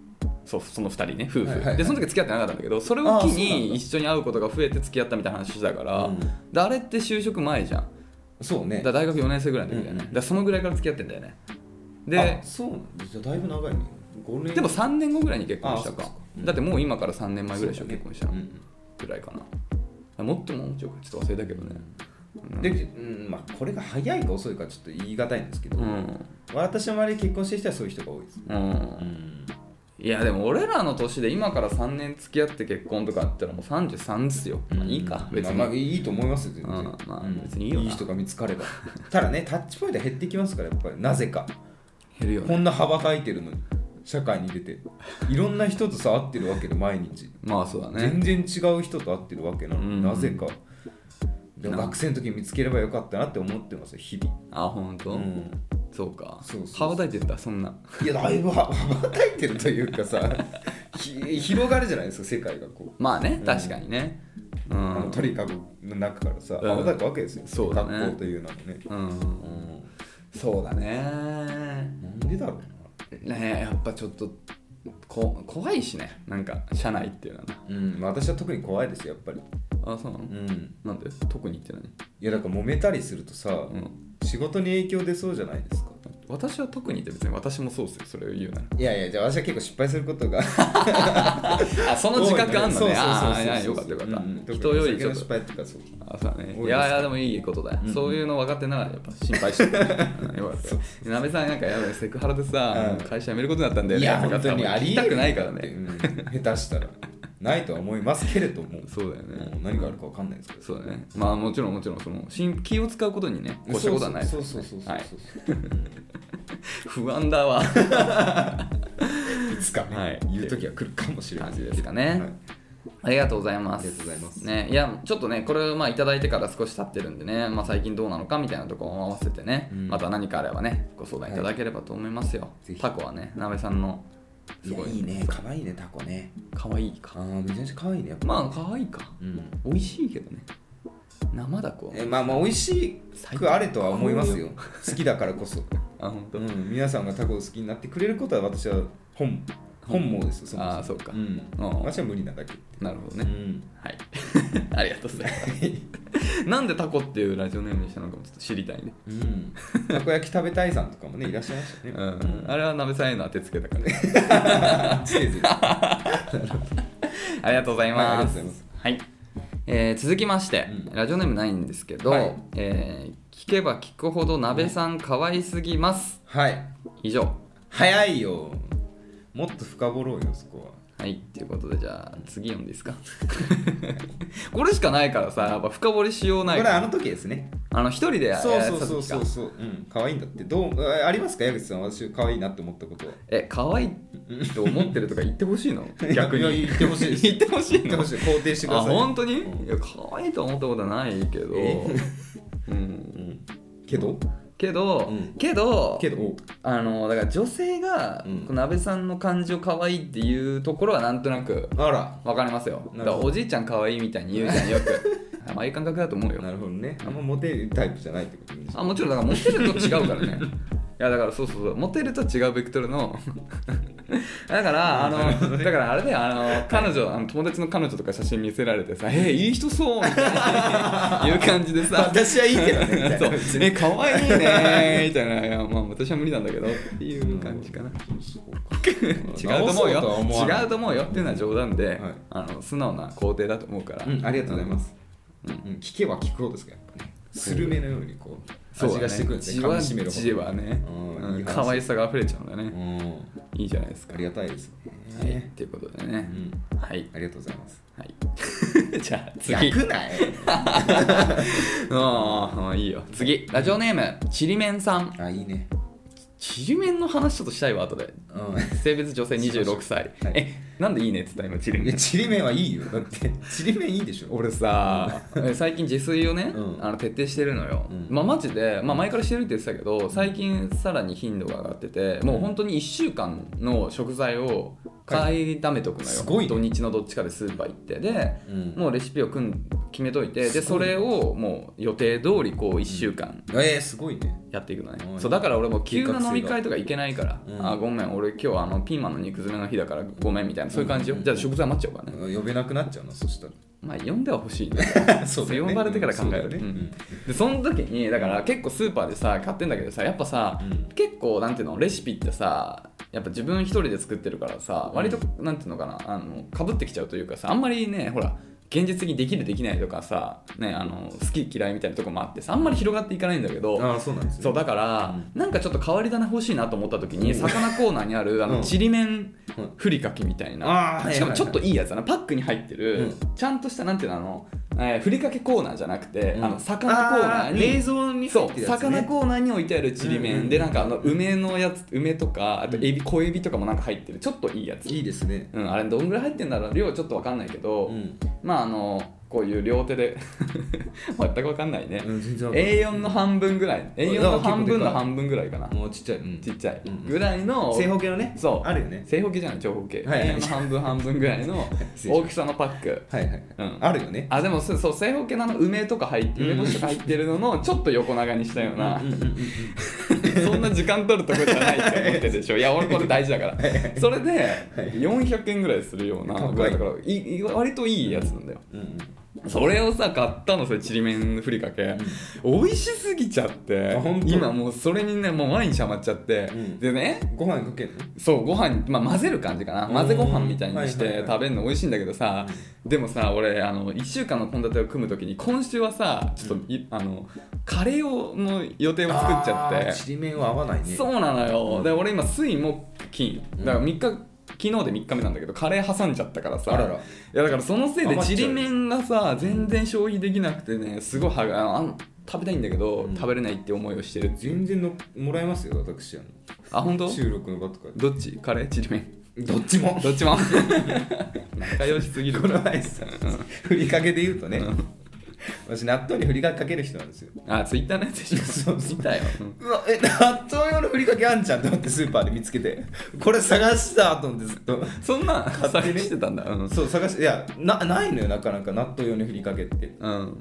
S2: そう、そのふたりね、夫婦、
S1: はいはいはい、
S2: でその時付き合ってなかったんだけど、それを機に一緒に会うことが増えて付き合ったみたいな話してたから、うん、であれって就職前じゃん。
S1: そうね。
S2: だ大学よねん生ぐらいの時だよね、うん、だそのぐらいから付き合ってんだよね。で、
S1: あ、そうなんだ。じゃあだいぶ長いね。ごねん
S2: でもさんねんごぐらいに結婚したか。だってもう今からさんねんまえぐらいでしょ、ね、結婚したの、うん、ぐらいかな。もっとももちろんちょっと忘れたけどね、
S1: うん、で、うん、まあこれが早いか遅いかちょっと言い難いんですけど、うん、私の周りで結婚してる人はそういう人が多いです、うんうん、
S2: いやでも俺らの年で今からさんねん付き合って結婚とかあったらもうさんじゅうさんですよ、うん、まあいいか別に、
S1: まあ、まあいいと思いますよ全然、
S2: うん、まあ別にいいよな、
S1: いい人が見つかればただねタッチポイント減ってきますからやっぱりなぜか
S2: 減るよね。
S1: こんな羽ばたいてるのに社会に出ていろんな人とさ会ってるわけで毎日、
S2: まあそうだね、
S1: 全然違う人と会ってるわけなのに、うん、なぜかでも学生の時に見つければよかったなって思ってますよ日々。
S2: あ、ほんと、うん、そうか。
S1: そうそうそう、
S2: 羽ばたいてるんだそんな。
S1: いやだいぶ羽ばたいてるというかさ広がるじゃないですか世界がこ
S2: う。まあね、うん、確かにね、
S1: うん、あの鳥かごの中からさ、うん、羽ばたくわけですよ、
S2: そうだね、
S1: 学校というのもね、
S2: うんうん、そうだね。
S1: なんでだろう
S2: なね。やっぱちょっとこ怖いしね、なんか社内っていうのは、
S1: うん、私は特に怖いですよやっぱり。
S2: あ、そうなの、うん、なんで特にって何？い
S1: やだから揉めたりするとさ、うん、仕事に影響出そうじゃないですか。
S2: 私は特にって別に私もそうですよ、それを言うなら。
S1: いやいや、じゃあ私は結構失敗することが
S2: あ、その自覚あんのね。
S1: そうそうそうそう、
S2: ああ、よかったよかった、うん、人よりちょっと
S1: 失敗とかそう。
S2: あ、そうだね。いやいやでもいいことだよ、うんうん、そういうの分かってながらやっぱ心配してる、ね、よかったよ。なべさんなんかやばいセクハラでさ、うん、会社辞めることになったんだよね。
S1: いや本当にあり
S2: たくないからね、
S1: うん、下手したらないとは思いますけれども。
S2: そうだよね、
S1: 何があるか分かんないですけど。
S2: そうだね。まあもちろんもちろんその気を使うことにね越したことはないです、
S1: ね、そうそうそうそうそう、はい、
S2: 不安だわ
S1: いつかね、はい、言う時は来るかもしれない
S2: ですかね、はい、ありがとうございます。
S1: ありがとうございます、
S2: ね、いやちょっとねこれをまあいただいてから少し経ってるんでね、まあ、最近どうなのかみたいなところを合わせてね、うん、また何かあればねご相談いただければと思いますよ、はい、タコはねなべさんの
S1: すごいいいね、可愛いねタコね。
S2: 可愛いか。
S1: ああめちゃめちゃ可愛いねやっぱ。
S2: まあ可愛いか、うん、美味しいけどね生だこ。
S1: えまあまあ美味しくあれとは思いますよ好きだからこそ
S2: あ本当、
S1: うん、皆さんがタコを好きになってくれることは私は本本望ですよ。そもそも
S2: ああそうか、
S1: うん、私は無理なだけ。
S2: なるほどね、
S1: うん、
S2: はいありがとうございますなんでタコっていうラジオネームにしたのかもちょっと知りたいね、
S1: うん、たこ焼き食べたいさんとかもねいらっしゃいましたね、
S2: うん、あれはなべさんへの当てつけだからねありがとうございます、はい、ありがとうございます、はいえー、続きまして、うん、ラジオネームないんですけど、はいえー、聞けば聞くほどなべさん可愛すぎます、
S1: はい
S2: 以上。
S1: 早いよ、もっと深掘ろうよそこは。
S2: はいということでじゃあ次読んでいいですかこれしかないからさやっぱ深掘りしようない
S1: これあの時ですね、
S2: あの一人でや
S1: そうそうそうそうそう、うん、可愛いんだって。どうありますか矢口さん、私可愛いなって思ったことは。
S2: え可愛いと思ってるとか言ってほしいの逆に。
S1: いや言ってほしいです
S2: 言ってほしいの。
S1: 言ってほしい、肯定してください。
S2: あ本当に、うん、いや可愛いと思ったことはないけど、うん、うん、
S1: けど
S2: けど、うん、けど
S1: けど
S2: あのだから女性が、うん、この安倍さんの感じを可愛いっていうところはなんとなく
S1: あら
S2: 分かりますよ。だからおじいちゃん可愛いみたいに言うじゃんよくああいう感覚だと思うよ。
S1: なるほどね。あんまモテるタイプじゃないってことです。
S2: あもちろんだからモテると違うからねいやだからそうそうそうモテると違うベクトルのだからあのだからあれだよあの彼女あの友達の彼女とか写真見せられてさえー、いい人そうみたいないう感じでさ
S1: 私はいいけどねみたいなそう
S2: え可愛いねみたいないやまあ私は無理なんだけどっていう感じかな、うん、違うと思うよ違うと思うよっていうのは冗談で、はい、あの素直な肯定だと思うから、
S1: うん、ありがとうございます、うんうん、聞けば聞くほどですかやっぱねスルメのようにこう味がしてくるんですね。
S2: 噛みしめるほど。じわね、うん、可愛さが溢れちゃうんだね、うん。いいじゃないですか。
S1: ありがたいですね。
S2: はい、ということでね、うん。はい。
S1: ありがとうございます。
S2: はい。じゃあ次。
S1: 逆ない
S2: ああいいよ。次ラジオネームちりめんさん。
S1: あいいね。
S2: ちりめんの話ちょっとしたいわ後で、うん、性別女性にじゅうろくさい、はい、えなんでいいねって言った今ちりめん。
S1: いやちりめんはいいよだってちりめんいいでしょ。
S2: 俺さ最近自炊をね、うん、あの徹底してるのよ、うん、まあマジで、まあ、前からしてるって言ってたけど最近さらに頻度が上がっててもう本当にいっしゅうかんの食材を買いだめとくのよ、はい、土日のどっちかでスーパー行ってで、うん、もうレシピを組ん決めといて、でそれをもう予定通りこういっしゅうかん、
S1: うん、えー、すごいね
S2: やっていくのね、うん、そうだから俺も急な飲み会とか行けないから、うん、あごめん俺今日あのピーマンの肉詰めの日だからごめんみたいな、そういう感じよ、うん、じゃあ食材余っちゃうからね、
S1: 呼べなくなっちゃうのそしたら
S2: まあ呼んではほしいね
S1: そうだよね、
S2: 呼ばれてから考える、
S1: ね、うん、
S2: でその時にだから結構スーパーでさ買ってんだけどさ、やっぱさ、うん、結構なんていうのレシピってさやっぱ自分一人で作ってるからさ割となんていうのかなあの被ってきちゃうというかさ、あんまりねほら現実的にできるできないとかさ、ね、あの好き嫌いみたいなとこもあってさ、あんまり広がっていかないんだけど、
S1: あそうなんですね、
S2: そうだから、うん、なんかちょっと変わり種欲しいなと思った時に、うん、魚コーナーにあるあのちりめんふりかけみたいな、うん、しかもちょっといいやつだな、パックに入ってる、うん、ちゃんとしたなんていうのあのえー、ふりかけコーナーじゃなくて、うん、あの魚コーナーに
S1: 冷蔵に入ってるやつ、ね、
S2: そう魚コーナーに置いてあるちりめん、うんうん、でなんかあの梅のやつ梅とかあとエビ小エビとかもなんか入ってるちょっといいやつ、
S1: いいですね、
S2: うん、あれどんぐらい入ってんだろう量ちょっと分かんないけど、うん、まああのこういう両手で全く分かんないね、うん、全然分かんない エーよん の半分ぐらい エーよん の半分の半分ぐらいかな、も
S1: うちっちゃい、うん、
S2: ちっちゃいぐらいの
S1: 正方形のね、
S2: そう
S1: あるよね、
S2: 正方形じゃない長方形、
S1: はいはい、
S2: エーよん の半分半分ぐらいの大きさのパック
S1: はいはい、うん、あるよね、
S2: あでもそう正方形の梅とか入って梅干しとか入ってるののちょっと横長にしたようなそんな時間取るとこじゃないって思ってるでしょいや俺これ大事だからそれでよんひゃくえんぐらいするようなぐらいだからい割といいやつなんだよ、うんうんうん、それをさ買ったのそれちりめんふりかけ、うん、美味しすぎちゃって今もうそれにねもう毎日ハマっちゃって、うん、でね
S1: ご飯かけるの
S2: そうご飯、まあ、混ぜる感じかな混ぜご飯みたいにして食べるの美味しいんだけどさ、はいはいはい、でもさ俺あのいっしゅうかんの献立を組むときに今週はさちょっと、うん、あのカレーをの予定を作っちゃって
S1: ちりめんは合わないね
S2: そうなのよ、うん、で俺今水木金だからみっか昨日でみっかめなんだけどカレー挟んじゃったからさ、
S1: あらら、い
S2: やだからそのせいでちりめんがさ全然消費できなくてねすごいはがあの食べたいんだけど、うん、食べれないって思いをしてる。
S1: 全然のもらえますよ私。
S2: あ本当？
S1: 収録の場とか
S2: どっち？カレー？ちりめん？
S1: どっちも
S2: どっちも仲良しすぎる。
S1: この前さ、ふりかけで言うとね、うん私納豆にふりかけかける人なんですよ。
S2: あ、ツイッターのやつでしょ。
S1: そうそう
S2: 見たよ、
S1: うん、うわえ納豆用のふりかけあんじゃんと思ってスーパーで見つけてこれ探したと思ってずっと
S2: そんな買って、ね、探してたんだ、うん、
S1: そう探していや な, ないのよなかなか納豆用のふりかけって、うんうん、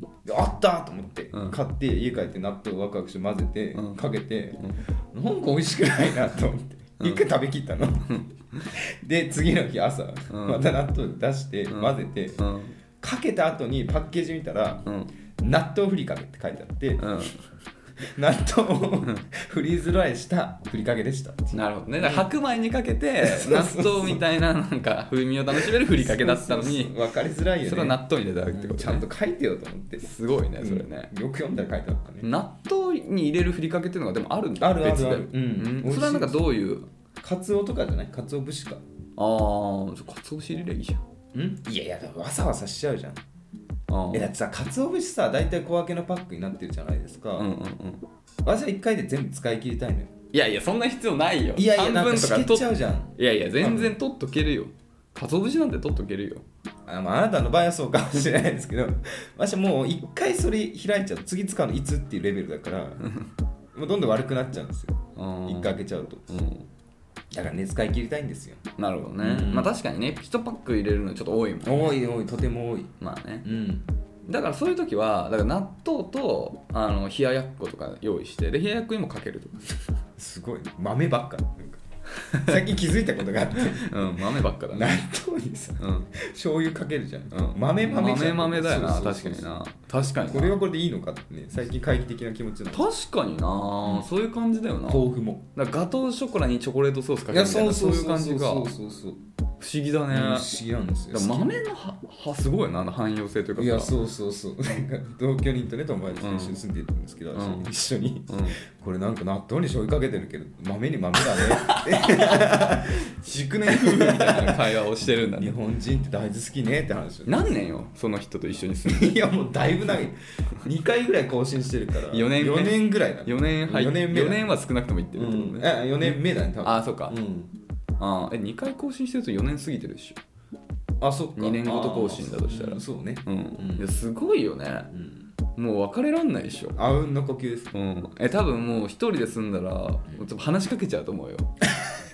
S1: あったと思って、うん、買って家帰って納豆をワクワクして混ぜて、うん、かけて、うん、なんか美味しくないなと思って一回食べきったの、うん、で次の日朝、うん、また納豆出して混ぜて、うんうんかけた後にパッケージ見たら、うん、納豆ふりかけって書いてあって、うん、納豆をフリーズドライしたふりかけでした。
S2: なるほどね。だから白米にかけて納豆みたいななんか風味を楽しめるふりかけだったのに
S1: そうそうそう分かりづらいよね。
S2: それは納豆に入れたってこと、ね、
S1: ちゃんと書いてよと思って
S2: すごいねそれね、
S1: うん、よく読んだら書いてあったね。
S2: 納豆に入れるふりかけっていうのがでもあるんだ。
S1: あるあるある、
S2: うん、それはなんかどういう
S1: カツオとかじゃない？カツオ節か。
S2: ああカツオ節入れりゃいいじゃん。
S1: んいやいやわさわさしちゃうじゃん。えだってさ、かつお節さ、大体小分けのパックになってるじゃないですか。うんうんうん。私はいっかいで全部使い切りたいのよ。
S2: いやいや、そんな必要ないよ。
S1: いやいや、なんかしけちゃうじゃん。
S2: いやいや、全然取っとけるよ。かつお節なんて取っとけるよ。
S1: あ、まあ、あなたの場合はそうかもしれないですけど、私はもういっかいそれ開いちゃうと、次使うのいつっていうレベルだから、もうどんどん悪くなっちゃうんですよ。いっかい開けちゃうと。うんだからね使い切りたいんですよ。
S2: なるほどね、うん、まあ確かにねいちパック入れるのちょっと多いもんね。
S1: 多い多いとても多い。
S2: まあね、うん、だからそういう時はだから納豆とあの冷ややっことか用意してで冷ややっこにもかけるとか
S1: すごい豆ばっか最近気づいたことがあって
S2: うん豆ばっかだね。
S1: 納豆にさ、うん、醤油かけるじゃん、うん、豆豆じゃん。
S2: 豆豆だよな。そうそうそうそう確かにな確かに
S1: これはこれでいいのかってね最近懐疑的な気持ちなの。
S2: 確かにな、うん、そういう感じだよな。
S1: 豆腐も
S2: だからガトーショコラにチョコレートソースかけるみたいなそういう感じがそうそうそう不思議だね、うん、不思
S1: 議なんですよ。
S2: 豆の葉すごいな汎用性というかさ。
S1: いやそうそうそうなんか同居人とね友達と一緒に住んでいるんですけど、うん、一緒に、うん、これなんか納豆に醤油かけてるけど豆に豆だねって
S2: 熟年夫婦みたいな会話をしてるんだね。
S1: 日本人って大豆好きねって話。
S2: 何年よその人と一緒に住んで。
S1: いやもうだいぶ長いにかいぐらい更新してるから
S2: よねんめ
S1: よねんぐらいだ、ね、
S2: よねん入
S1: よねんめ
S2: よねんは少なくともいってるってことね、
S1: うん、よねんめだね多分。
S2: ああそうか、うん、あえにかい更新してるとよねん過ぎてるでしょ。
S1: あそっか
S2: にねんごと更新だとしたら、
S1: うん、そうね、
S2: うんうん、いやすごいよね、うん、もう別れらんないでしょ。
S1: あうんの呼吸です、
S2: うん、え多分もう一人で住んだら、うん、話しかけちゃうと思うよ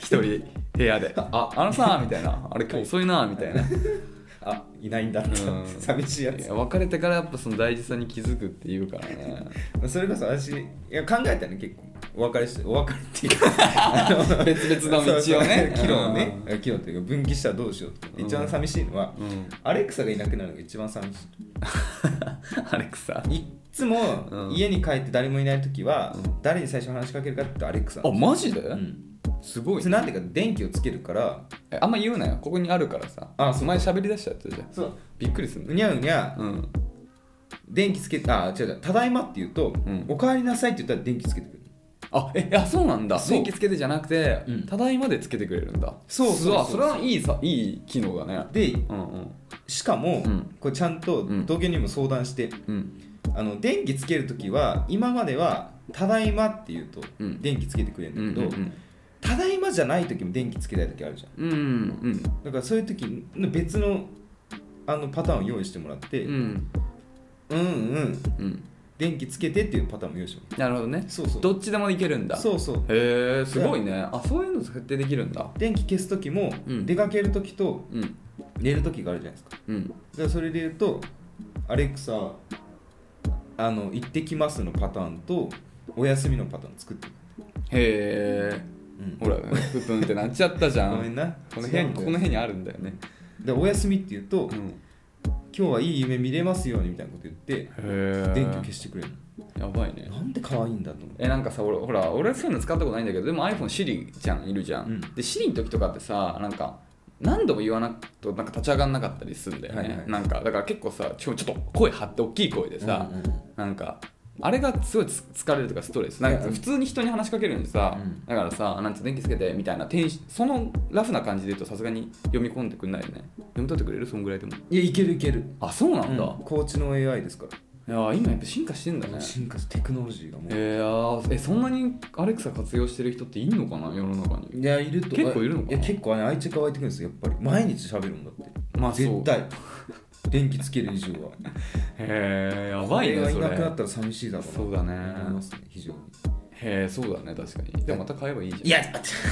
S2: 一人部屋でああのさみたいなあれ今日遅いなみたいな
S1: あいないんだって、うん、寂しいやつ。
S2: いや別れてからやっぱその大事さに気づくっていうからね
S1: それこそ私いや考えたね結構お別れしてお別れっていうか
S2: 別々の道をね
S1: 昨日ね、うん、昨日っていうか分岐したらどうしようって、うん、一番寂しいのは、うん、アレクサがいなくなるのが一番寂しい
S2: アレクサ
S1: いっつも家に帰って誰もいない時は、うん、誰に最初話しかけるかって言うとアレクサ。
S2: あマジで、
S1: うん
S2: すごい、
S1: ね、なんでか電気をつけるから
S2: えあんま言うなよここにあるからさあ前喋り出しちゃったじゃん
S1: そう
S2: びっくりする
S1: うにゃうにゃ、うん、電気つけあ違う違うただいまって言うと、うん、おかえりなさいって言ったら電気つけてくれる。
S2: あえいやそうなんだ電気つけてじゃなくて、うん、ただいまでつけてくれるんだ。
S1: そうそうそうそう
S2: それはいいさいい機能だね。
S1: で、
S2: うんうん、
S1: しかも、うん、これちゃんと同居にも相談して、うん、あの電気つけるときは今まではただいまって言うと電気つけてくれるんだけど、うんうんうん、ただいまじゃない時も電気つけたい時あるじゃん、うんうん、だからそういう時の別のあのパターンを用意してもらって、うん、うんうんうん電気つけてっていうパターンも用意してもらって。
S2: なるほどね。
S1: そうそう
S2: どっちでもいけるんだ。
S1: そうそう
S2: へえすごいね。あそういうの設定できるんだ。
S1: 電気消す時も、うん、出かける時と、うん、寝る時があるじゃないですか、うん、だからそれで言うとアレクサあの行ってきますのパターンとお休みのパターン作ってる。
S2: へえ、うん、ほらププンってなっちゃったじゃん
S1: ごめんな
S2: この部屋にこの部屋にあるんだよね。
S1: でお休みって言うと、うん、今日はいい夢見れますようにみたいなこと言って電気を消してくれるの。
S2: やばいね。
S1: なんで可愛いんだと思う。
S2: えなんかさ俺ほら俺はそういうの使ったことないんだけどでも iPhone Siri じゃんいるじゃん、うん、で Siri の時とかってさなんか何度も言わなくとなんか立ち上がんなかったりするんだよね、はいはい、なんかだから結構さちょ、ちょっと声張って大きい声でさ、うんうん、なんかあれがすごい疲れるとかストレスなんか普通に人に話しかけるのにさ、うん、だからさなんて電気つけてみたいなテンシそのラフな感じで言うとさすがに読み込んでくんないよね。読み取ってくれるそんぐらいでも。
S1: いやいけるいける。
S2: あそうなんだ、
S1: うん、高知の エーアイ ですから。
S2: いや今やっぱ進化してんだね。
S1: 進化してテクノロジーがもう
S2: えー、えそんなにアレクサ活用してる人っているのかな世の中に。
S1: いやいると
S2: 結構いるのかな。
S1: いや結構、ね、愛着湧いてくるんですよやっぱり毎日喋るもんだって。まあ絶対電気つける以上は。
S2: へえやばいねそれ。
S1: いなくなったら寂しいだろうな。
S2: そうだね。
S1: 思いますね非常に。
S2: へえそうだね確かに。でもまた買えばいいじゃん。
S1: いや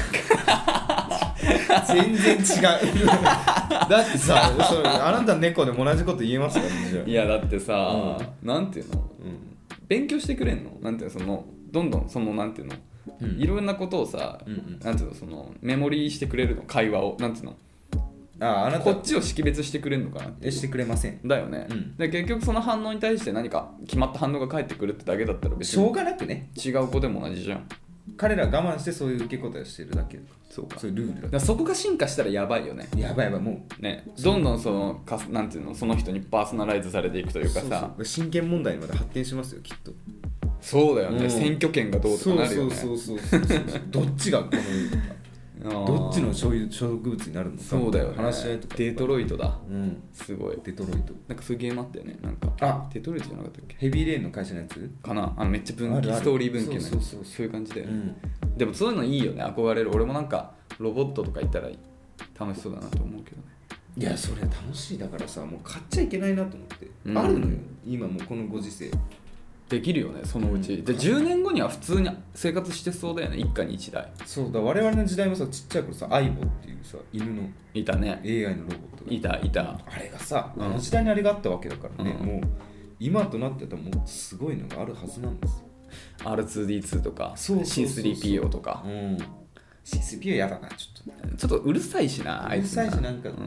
S1: 全然違うだってさそれあなた猫でも同じこと言えますかね。じゃあ
S2: いやだってさ、うん、なんていうの、うん、勉強してくれんのなんていうのそのどんどんそのなんていうの、うん、いろんなことをさ、うんうん、なんていうのそのメモリーしてくれるの会話をなんていうのああなたこっちを識別してくれるのかなって
S1: してくれません
S2: だよね、うん、で結局その反応に対して何か決まった反応が返ってくるってだけだったら別に
S1: しょうがなくね
S2: 違う子でも同じじゃん。
S1: 彼ら我慢してそういう受け答えをしてるだけ。
S2: そうか
S1: そういうルールだ。
S2: だからそこが進化したらやばいよね。
S1: やばいやばいも
S2: うねどんどんそのかなんていうのその人にパーソナライズされていくというかさ。そう
S1: そう真剣問題にまで発展しますよきっと。
S2: そうだよね、うん、選挙権がどうとかなるよね。
S1: そうそうそうそうそうどっちがこのどっちの植物になるのか。
S2: そうだよね。
S1: 話し合いとか。
S2: デトロイトだ、
S1: うん、
S2: すごい
S1: デトロイト
S2: なんかそういうゲームあったよねなんか。
S1: あ
S2: デトロイトじゃなかったっけ。
S1: ヘビーレーンの会社のやつ
S2: かなあのめっちゃ分岐ストーリー分岐のやつ。そうそうそうそういう感じで、うん、でもそういうのいいよね憧れる。俺もなんかロボットとかいったら楽しそうだなと思うけどね。
S1: いやそれ楽しいだからさもう買っちゃいけないなと思って、うん、あるのよ今もうこのご時世
S2: できるよねそのうち、うん、でじゅうねんごには普通に生活してそうだよね一家に一台。
S1: そうだ我々の時代もさちっちゃい頃さアイボっていうさ犬の
S2: いたね
S1: エーアイ のロボットが
S2: いたいた。
S1: あれがさ、うん、あの時代にあれがあったわけだからね、うん、もう今となってたらもうすごいのがあるはずなんですよ。
S2: アールツーディーツー とか シースリーピーオー とか、うん、
S1: シースリーピーオー やだなちょっと
S2: ちょっとうるさいしな
S1: うるさいしなんか、うん、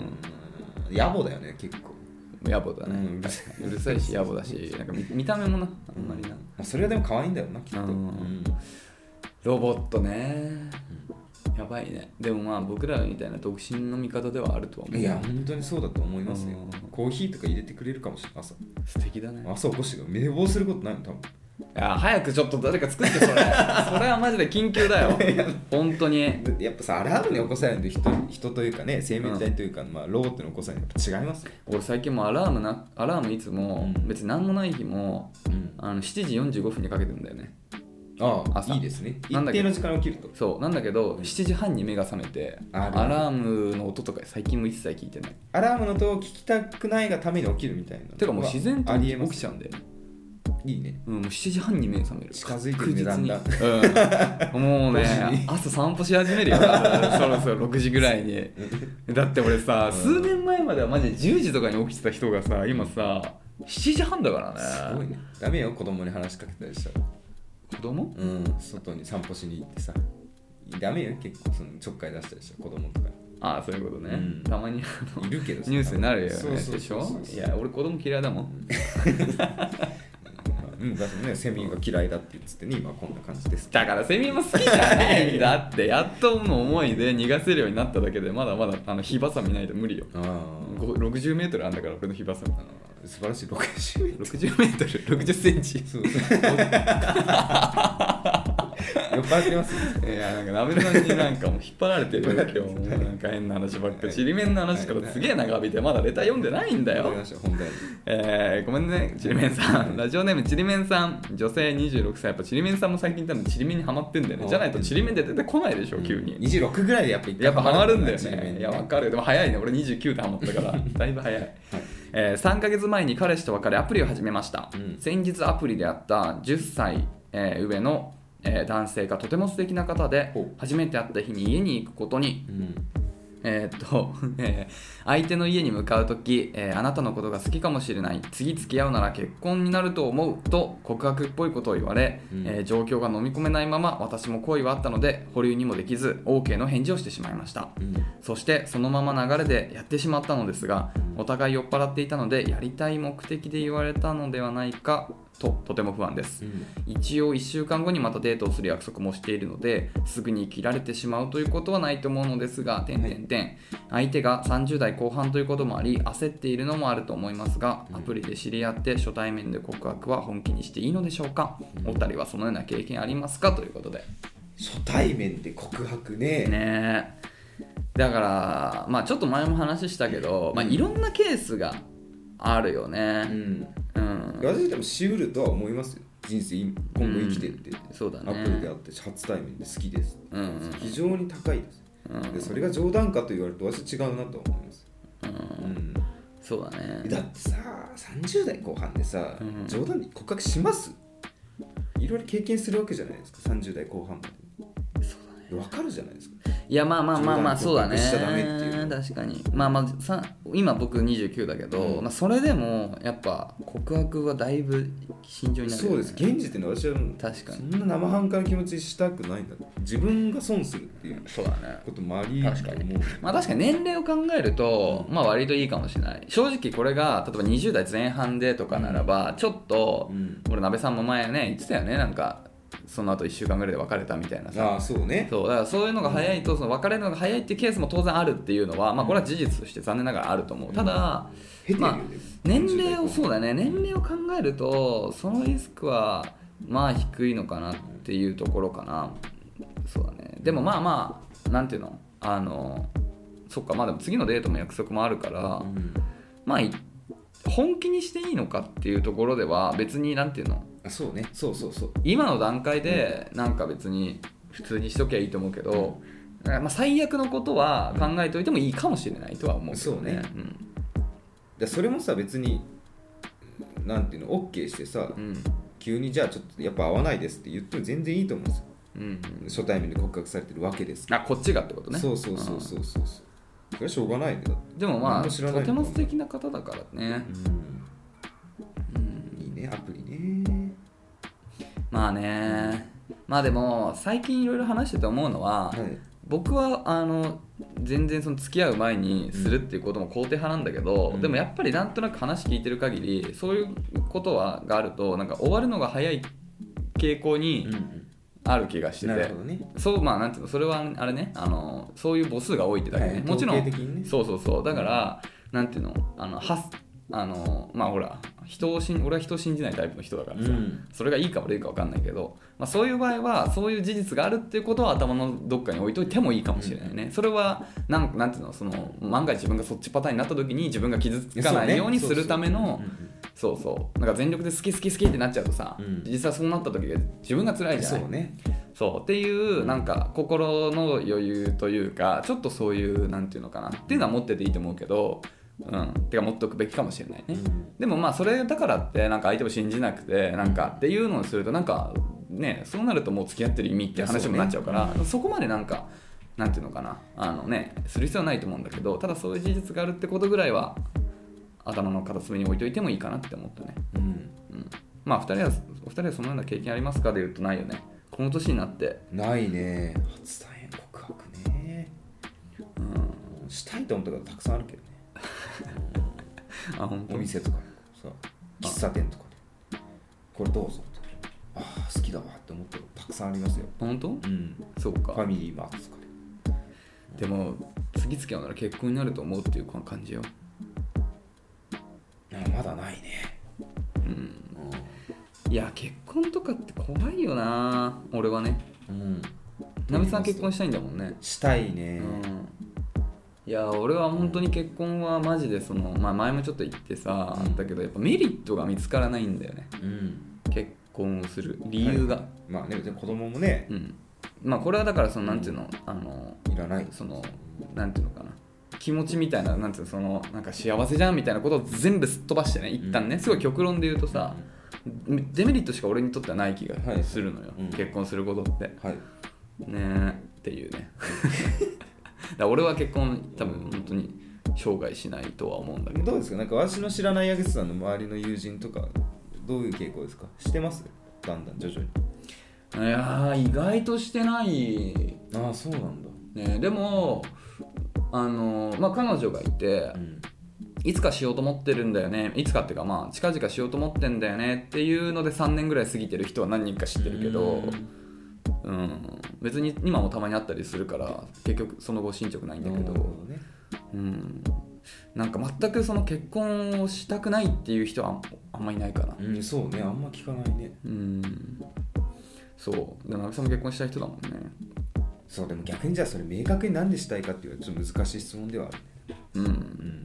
S1: 野暮だよね結構
S2: 野暮だね、うん、うるさいし野暮だしなんか 見, 見た目もなあんまりな、ま
S1: あ、それはでも可愛いんだよなきっと、うん、
S2: ロボットね、うん、やばいね。でもまあ僕らみたいな独身の味方ではあるとは思う。
S1: いや本当にそうだと思いますよ、うん、コーヒーとか入れてくれるかもしれない朝。
S2: 素敵だね。
S1: 朝起こして寝坊することないの多分。
S2: いや早くちょっと誰か作ってそれそれはマジで緊急だよ本当に。
S1: やっぱさアラームに起こされる人人というかね生命体というか、うんまあ、ロボットに起こされるのやっぱ違いますね。
S2: 俺最近もアラームなアラームいつも、うん、別に何もない日も、うん、あのしちじよんじゅうごふんにかけてるんだよね。
S1: ああ朝いいですね。一定の時間起きると。
S2: そうなんだけどしちじはんに目が覚めてアラームの音とか最近も一切聞いてない。
S1: アラームの音を聞きたくないがために起きるみたいな。
S2: てかもう自然と起きちゃうんだよね。
S1: いいね、
S2: うん、もうしちじはんに目覚める。
S1: 近づいてるねだんだん、
S2: うん、もうね朝散歩し始めるよそろそろろくじぐらいにだって俺さ、うん、数年前まではマジでじゅうじとかに起きてた人がさ今さしちじはんだからね。
S1: すごいね。ダメよ子供に話しかけたりしたら。
S2: 子供？
S1: うん、外に散歩しに行ってさ、ダメよ結構そのちょっかい出したりしたら子供とか。
S2: ああそういうことね、うん、たまに
S1: いるけど
S2: ニュースになるよねでしょ。いや俺子供嫌いだもん
S1: うん、だってねセミが嫌いだって言ってね今こんな感じです。
S2: だからセミも好きじゃないんだってやっとの思いで逃がせるようになっただけでまだまだあの火ばさみないと無理よ。あろくじゅうメートルあんだから俺の火ばさみ。
S1: 素晴らしいろくじゅうメートル
S2: ろくじゅうメートルろくじゅっセンチ。そうそう
S1: 酔っ払ってます
S2: よ。いやなんかなめさんになんかもう引っ張られてるよ今日もなんか変な話ばっかり。ちりめんの話からすげえ長引いてまだレター読んでないんだよ。えー、ごめんねちりめんさん。ラジオネームちりめんさん、女性にじゅうろくさい。やっぱちりめんさんも最近多分ちりめんにハマってんだよね。じゃないとちりめんで出てこないでしょ急に。
S1: にじゅうろくぐらいでやっぱ
S2: やっぱハマるんだよね。いやわかる。でも早いね。俺にじゅうきゅうでハマったからだいぶ早い。はいえー、さんかげつまえに彼氏と別れアプリを始めました、うん、先日アプリであったじゅっさい、えー、上の、えー、男性がとても素敵な方で初めて会った日に家に行くことに、うんえーっとえー、相手の家に向かうとき、えー、あなたのことが好きかもしれない、次付き合うなら結婚になると思うと告白っぽいことを言われ、うんえー、状況が飲み込めないまま私も好意はあったので保留にもできず OK の返事をしてしまいました、うん、そしてそのまま流れでやってしまったのですが、お互い酔っ払っていたのでやりたい目的で言われたのではないかととても不安です、うん、一応いっしゅうかんごにまたデートをする約束もしているのですぐに切られてしまうということはないと思うのですが、点々点相手がさんじゅう代後半ということもあり焦っているのもあると思いますが、アプリで知り合って初対面で告白は本気にしていいのでしょうか、お二人はそのような経験ありますかということで。
S1: 初対面で告白ね
S2: ねだからまあちょっと前も話したけど、まあ、いろんなケースがあるよね、うん
S1: うん、私でもしうるとは思いますよ。人生今後生きてって、うん、
S2: そうだね、
S1: アプリであって初対面で好きです、うんうん、非常に高いです、うん、でそれが冗談かと言われると私は違うなと思います、うんうん、
S2: そうだね。
S1: だってささんじゅう代後半でさ、うん、冗談で告白します？いろいろ経験するわけじゃないですか。さんじゅう代後半までそうだね、分かるじゃないですか。
S2: いやまあまあまあまあそうだね。
S1: しちゃダメっていう
S2: 確かにまあまあさ今僕にじゅうきゅうだけど、うんまあ、それでもやっぱ告白はだいぶ慎重になる、ね、
S1: そうです。現時点で私は確かにそんな生半可な気持ちしたくないんだ。自分が損するっていうこともあり
S2: 確かに、まあ、確かに年齢を考えると、うん、まあ割といいかもしれない。正直これが例えばにじゅう代前半でとかならば、うん、ちょっと、うん、俺鍋さんも前ね言ってたよね、なんかその後いっしゅうかんぐらいで別れたみたいなさ。
S1: ああそうね。
S2: そうだからそういうのが早いと、その別れるのが早いっていうケースも当然あるっていうのは、まあこれは事実として残念ながらあると思う。ただ、まあ、年齢をそうだね年齢を考えるとそのリスクはまあ低いのかなっていうところかな。そうだね。でもまあまあなんていうのあのそっか、まあでも次のデートも約束もあるから、うん、まあ本気にしていいのかっていうところでは別になんていうの
S1: そうねそうそうそう
S2: 今の段階でなんか別に普通にしときゃいいと思うけど、うんまあ、最悪のことは考えておいてもいいかもしれないとは思うけどね。そうね、うん、
S1: でそれもさ別になんていうの OK してさ、うん、急にじゃあちょっとやっぱ合わないですって言っても全然いいと思うんですよ、うんうん、初対面で告白されてるわけですから。
S2: あこっちがってことね。
S1: そうそうそうそうそう、うん、それはしょうがないんだ。
S2: でもまあとても素敵な方だからね、
S1: うんうん、いいねアプリね。
S2: まあねまあでも最近いろいろ話してて思うのは、はい、僕はあの全然その付き合う前にするっていうことも肯定派なんだけど、うん、でもやっぱりなんとなく話聞いてる限りそういうことはがあるとなんか終わるのが早い傾向にある気がしてて、うんうん、なるほどね。そうまあなんていうのそれはあれねあのそういう母数が多いってだけね、はい、もちろん、ね、そうそうそうだから、うん、なんていうのあのはあのまあほら人を信俺は人を信じないタイプの人だからさ、うん、それがいいか悪いか分かんないけど、まあ、そういう場合はそういう事実があるっていうことは頭のどっかに置いといてもいいかもしれないね、うん、それはなんなんていうのその万が一自分がそっちパターンになった時に自分が傷つかないようにするためのそうそうなんか全力で好き好き好きってなっちゃうとさ、うん、実際そうなった時が自分が辛いじゃない。そうねそうっていうなんか心の余裕というかちょっとそういうなんていうのかなっていうのは持ってていいと思うけどうん、てか持っとくべきかもしれないね、
S1: うん、
S2: でもまあそれだからってなんか相手を信じなくてなんかっていうのをするとなんかねそうなるともう付き合ってる意味って話もなっちゃうから、 そ,、ね、そこまでなんかなんていうのかなあのねする必要はないと思うんだけど、ただそういう事実があるってことぐらいは頭の片隅に置いといてもいいかなって思ったね、うんうん、まあふたりはお二人はそのような経験ありますかで言うとないよね。この年になって
S1: ないね。初対面告白ね、うん、したいと思ったことたくさんあるけどね
S2: あ本当
S1: お店とかさ喫茶店とかでこれどうぞとかああ好きだわって思ったことたくさんありますよ。
S2: 本当？
S1: うん
S2: そうか。
S1: ファミリーマートとか
S2: ででも次付き合うなら結婚になると思うっていう感じよ。
S1: まだないね。
S2: うん、うん、いや結婚とかって怖いよな俺はね。うんなべさん結婚したいんだもんね。
S1: したいね、
S2: うん、いや俺は本当に結婚はマジでその、まあ、前もちょっと言ってさ、うん、だけどやっぱメリットが見つからないんだよね、うん、結婚をする理由が、はい、
S1: まあね子供もね、
S2: うん、まあこれはだからそのなんていうの、うん、あの
S1: いらない
S2: そのなんていうのかな気持ちみたいななんていうのそのなんか幸せじゃんみたいなことを全部すっ飛ばしてね一旦ね、うん、すごい極論で言うとさ、うん、デメリットしか俺にとってはない気がするのよ、はいうん、結婚することって、はい、ねっていうねだ俺は結婚多分本当に生涯しないとは思うんだけど。
S1: どうですかなんか私の知らない矢口さんの周りの友人とかどういう傾向ですか？してます？だんだん徐々に。
S2: いや意外としてない。
S1: ああそうなんだ、
S2: ね、でもあの、まあ、彼女がいて、うん、いつかしようと思ってるんだよねいつかっていうかまあ近々しようと思ってんだよねっていうのでさんねんぐらい過ぎてる人は何人か知ってるけど、うん、別に今もたまに会ったりするから結局その後進捗ないんだけど、ねうん、なんか全くその結婚をしたくないっていう人はあんまいないかな、
S1: うん、そうねあんま聞かないね、
S2: うん、そうでもなべさんも結婚したい人だもんね。
S1: そうでも逆にじゃあそれ明確に何でしたいかっていうのはちょっと難しい質問ではあるね。
S2: うん、うん、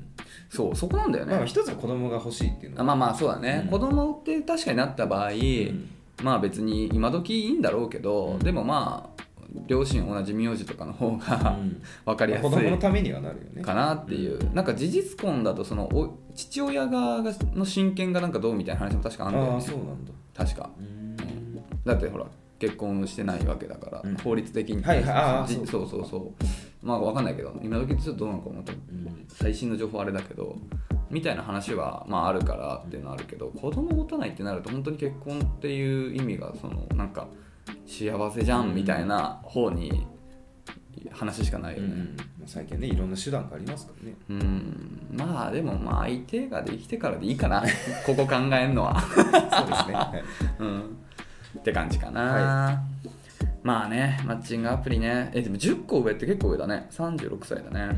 S2: そうそこなんだよね。
S1: まあ一つは子供が欲しいっていうのは
S2: あまあまあそうだね、うん、子供って確かになった場合、うんまあ別に今時いいんだろうけど、うん、でもまあ両親同じ名字とかの方が、うん、分かりやすい
S1: 子供のためにはなるよね
S2: かなっていう、うん、なんか事実婚だとそのお父親側の親権がなんかどうみたいな話も確かあるんだよね。
S1: あそうなんだ
S2: 確か、うん、だってほら結婚してないわけだから、うん、法律的に、
S1: はいはいあ
S2: そうそうそうそうまあ分かんないけど今時ってちょっとどうなのかなと、うん、最新の情報あれだけどみたいな話はまああるからっていうのはあるけど、子供持たないってなると本当に結婚っていう意味がそのなんか幸せじゃんみたいな方に話しかないよね、うん、
S1: 最近ねいろんな手段がありますからね。
S2: うんまあでもまあ相手ができてからでいいかなここ考えるのは
S1: そうですね、はい
S2: うんって感じかな、はい、まあねマッチングアプリねえでもじゅっこ上って結構上だねさんじゅうろくさいだね、うん、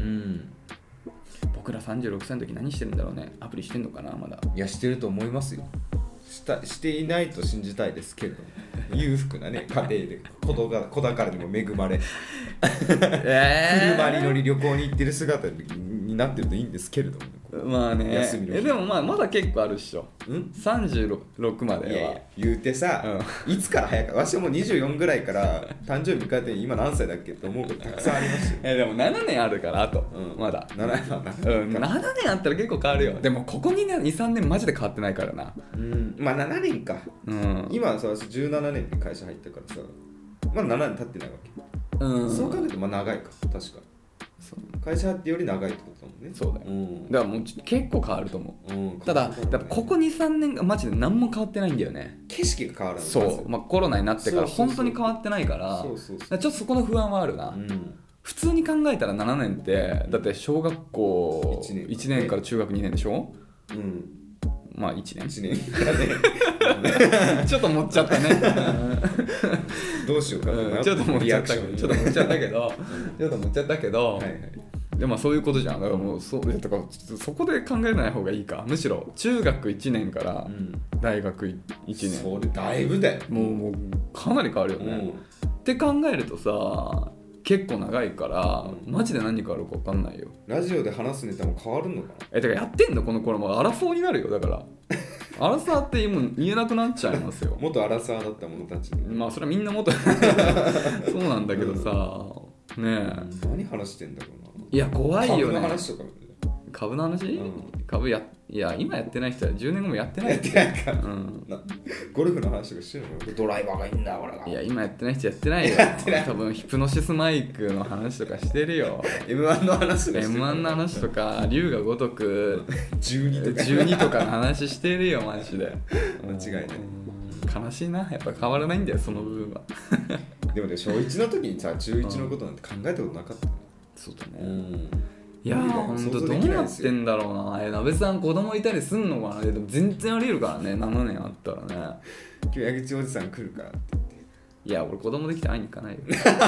S2: 僕らさんじゅうろくさいの時何してるんだろうね。アプリしてんのかなまだ。
S1: いやしてると思いますよ。したしていないと信じたいですけれども裕福なね家庭で子どが子宝にも恵まれ、えー、車に乗り旅行に行ってる姿になってるといいんですけれども、
S2: まあね休みの日えでもまあまだ結構あるっしょ。んさんじゅうろくまでは。いやいや
S1: 言うてさ、うん、いつから早く私もにじゅうよんぐらいから誕生日迎えて今何歳だっけって思うことたくさんありますよ
S2: えでもななねんあるからあと、うん、まだ なな,、うん、ななねんあったら結構変わるよ。でもここにね にさんねんマジで変わってないからな。
S1: うんまあななねんか、うん、今さじゅうななねんで会社入ったからさまだななねん経ってないわけ、うん、そう考えるとまあ長いか確かそう会社ってより長いってことだもんね。
S2: そうだよ、うん、だからもう結構変わると思う、うん、ただだここ にさんねんがマジで何も変わってないんだよね。
S1: 景色が変わらない。
S2: そう、まあ、コロナになってから本当に変わってないからちょっとそこの不安はあるな、うん、普通に考えたらななねんってだって小学校いちねんから中学にねんでしょ。うんまあいちねんいちねんちょっと持っちゃったね
S1: どうしようかな、
S2: うん、ちょっと持っちゃったけどちょっと持っちゃったけどちょっと持っちゃったけど、はいはい、でもそういうことじゃん。だからもうそだからそこで考えない方がいいか。むしろ中学いちねんから大学いちねん、
S1: うん、それだいぶだよ。
S2: もうもうかなり変わるよね、うん、って考えるとさ結構長いから、うん、マジで何かあるか分かんないよ。
S1: ラジオで話すネタも変わるのかな。
S2: え、てかやってんのこの頃もアラフォーになるよ。だからアラサーってもう言えなくなっちゃいますよ
S1: 元アラサーだった者たち、
S2: まあそれはみんな元そうなんだけどさ、うん、ねえ
S1: 何話してんだろうな。
S2: いや怖いよね。
S1: 株の話とか
S2: 株の話、うん、株やいや今やってない人はじゅうねんごもやってないって
S1: やってないか、うん、ゴルフの話とかしてるの？ドライバーがいいんだ俺が。
S2: いや今やってない人やってないよ。
S1: やってない。
S2: 多分ヒプノシスマイクの話とかしてるよ。
S1: エムワン の話とかしてる。 エムワン
S2: の話とか龍が如く
S1: じゅうにとか
S2: じゅうにとかの話してるよマジで。
S1: 間違いない。
S2: 悲しいな、やっぱ変わらないんだよその部分は。
S1: でもね小いちの時にさ中いちのことなんて考えたことなかった、ね、
S2: そうだね、うん、いやほんとどうなってんだろうな。えなべさん子供いたりすんのかな。でも全然ありえるからね、ななねんあったらね。
S1: 今日矢口おじさん来るからって言って。
S2: いや俺子供できて会いに行かないよ。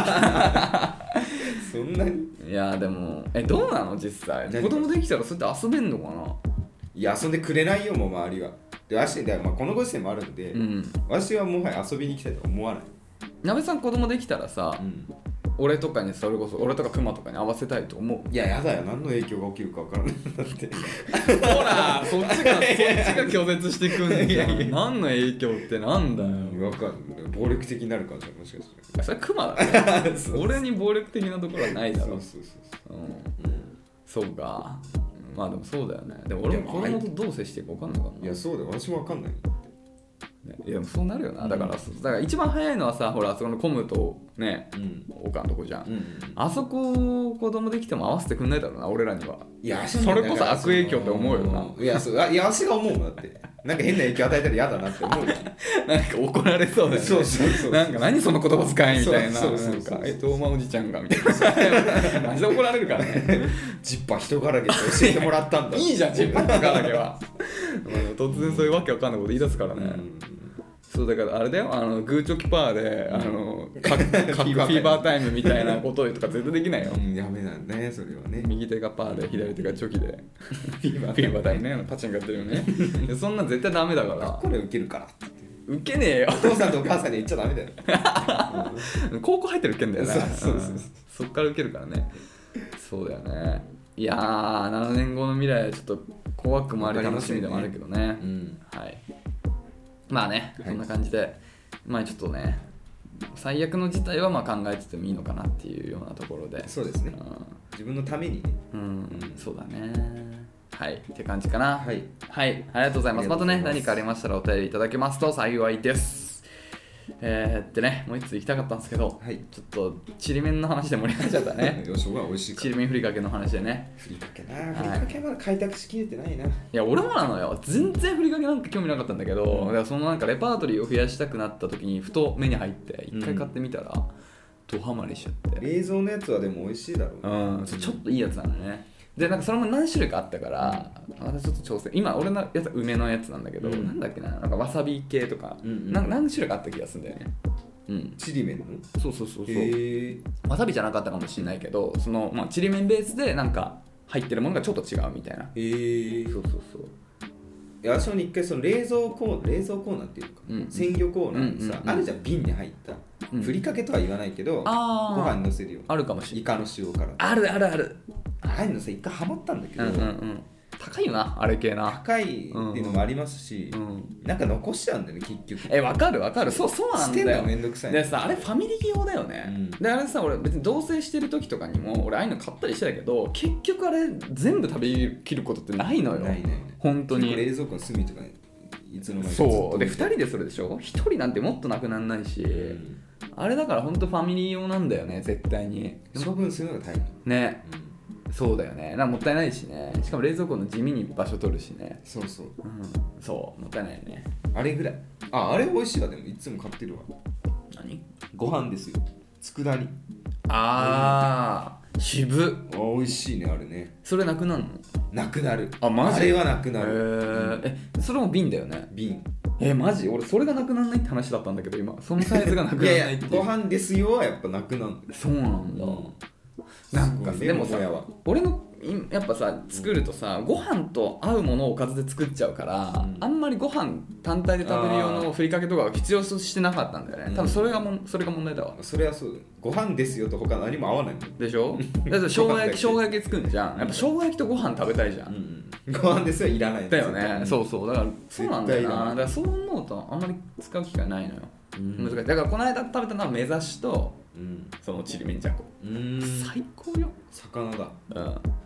S1: そんなに。
S2: いやでもえどうなの実際。子供できたらそうやって遊べんのかな。
S1: いや遊んでくれないよもう周りは。でわしで、まあ、このご時世もあるんで、うん、わしはもはや遊びに行きたいと思わない。
S2: なべさん子供できたらさ、うん、俺とかにそれこそ俺とかクマとかに合わせたいと思う。
S1: いややだよ、何の影響が起きるか分からないだって
S2: ほらそっちがそっちが拒絶してくんじゃん。何の影響ってなんだよ。
S1: 分かんない。暴力的になるかもしれない。もしかして
S2: それクマだね。俺に暴力的なところはないだろ。そうそうそうそう、うんうん、そうか。まあでもそうだよね。でも俺も子供とどう接していくか分かんないからな。
S1: いやそうだよ、私も分かんないよ。
S2: いやそうなるよな。だから、うん、だから一番早いのはさ、ほらそのコムとね、うん、おかんとこじゃん、うんうん、あそこ子供できても合わせてくんないだろうな俺らには。いやそれこそ悪影響って思うよな。
S1: いやそういや足が思うもんだって。なんか変な影響与えたら嫌だなって思うよ。
S2: なんか怒られそうだよね。そうそうそう。なんか何その言葉遣いみたいな。そうそうそう。えとまおじちゃんがみたいな。マジで怒られるからね。
S1: ジッパー人柄げって教えてもらったんだ。
S2: いいじゃんジッパー人柄げは。突然そういうわけわかんないこと言い出すからね。うんそうだからあれだよ、あのグーチョキパーであのカクフィーバータイムみたいなこととか絶対できないよ。
S1: うん、やめなんねそれはね。
S2: 右手がパーで左手がチョキでフィーバータイムね、パチンがやってるよね。そんなん絶対ダメだから。
S1: これ受けるからって
S2: 受けねえよ。
S1: お父さんとお母さんに言っちゃダメだよ。
S2: 高校入ってる受けんだよな。
S1: そうそうそう、うん、
S2: そっから受けるからね。そうだよね。いやーななねんごの未来はちょっと怖くもあり楽しみでもあるけどね、ね、うん、はいまあね、そんな感じで、はい、まあちょっとね最悪の事態はまあ考えててもいいのかなっていうようなところで。
S1: そうですね、うん、自分のためにね、
S2: うん、うん、そうだね。はいって感じかな。
S1: はい、
S2: はい、ありがとうございます。またね何かありましたらお便りいただけますと幸いです。えーってね、もう一つ行きたかったんですけど、はい、ちょっとちりめんの話で盛り上がっちゃったね。
S1: よしょうが美味しいから。
S2: ちりめんふりかけの話でね。
S1: ふりかけな、ふりかけはまだ開拓しきれてないな。い
S2: や俺もなのよ。全然ふりかけなんか興味なかったんだけど、うん、だからそのなんかレパートリーを増やしたくなった時にふと目に入って一回買ってみたら、うん、ドハマりしちゃって。
S1: 冷蔵のやつはでも美味しいだろうね。
S2: うん、ちょっといいやつなのね。でなんかそれも何種類かあったから、またちょっと挑戦。今俺のやつは梅のやつなんだけど、うん、なんだっけな、なんかわさび系とか、うんうん、なんか何種類かあった気がするんだよね。うん、
S1: ちりめんの？
S2: そうそうそうそう。わさびじゃなかったかもしれないけど、そのまあちりめんベースでなんか入ってるものがちょっと違うみたいな。へ
S1: え。
S2: そうそうそう。
S1: いや私も一回その冷蔵コー冷蔵コーナーっていうか、うん、鮮魚コーナーにさ、うんうんうん、あるじゃん瓶に入った、うん、ふりかけとは言わないけど、ご飯にのせるよ。
S2: あるかもしれない。
S1: イカの塩辛。
S2: あるあるある。
S1: ああいうのさ一回ハマったんだけど。
S2: うんうんうん高いよなあれ系な。
S1: 高いっていうのもありますし、うんうん、なんか残しちゃうんだよね結局。
S2: え分かる分かる。そうそうなんだよ。
S1: 捨てんのめんどくさい。
S2: でさあれファミリー用だよね、うん、であれさ俺別に同棲してる時とかにも俺ああいうの買ったりしてたけど結局あれ全部食べきることってないのよ。
S1: ないね。
S2: 本当に。
S1: 冷蔵庫の隅とかねいつの間にか
S2: そうでふたりでそれでしょ。ひとりなんてもっとなくなんないし、うん、あれだから本当ファミリー用なんだよね絶対に。
S1: 処分するのが大変
S2: ね、うんそうだよね。なんかもったいないしね。しかも冷蔵庫の地味に場所取るしね。
S1: そうそう、
S2: うん、そうもったいないよね。
S1: あれぐらい。ああれ美味しいわ。でもいつも買ってるわ。
S2: 何？
S1: ご飯ですよ。佃煮。
S2: ああ渋
S1: っ。美味しいねあれね。
S2: それなくなるの？
S1: なくなる。
S2: あマジ？
S1: あれはなくなる。
S2: へー、うん、えそれも瓶だよね。
S1: 瓶。
S2: えマジ？俺それがなくならないって話だったんだけど今そのサイズがなくならないっていう。
S1: いやいやご飯ですよはやっぱなくなる。
S2: そうなんだ。うんなんかでもさ俺のやっぱさ作るとさご飯と合うものをおかずで作っちゃうから、うん、あんまりご飯単体で食べる用のふりかけとかが必要としてなかったんだよね、うん、多分それがもそれが問題だわ。
S1: それはそうご飯ですよと他何も合わないもん
S2: でしょ。だって生姜焼き生姜焼き作るんじゃん。やっぱ生姜焼きとご飯食べたいじゃん、
S1: うん、ご飯ですよいらない
S2: だよね、うん、そうそうだからそうなんだよな。だからそう思うとあんまり使う機会ないのよ、うん、難しい。だからこの間食べたのは目指しと、うん、そのちりめんじゃこ、うん、最高よ。
S1: 魚だ。
S2: うん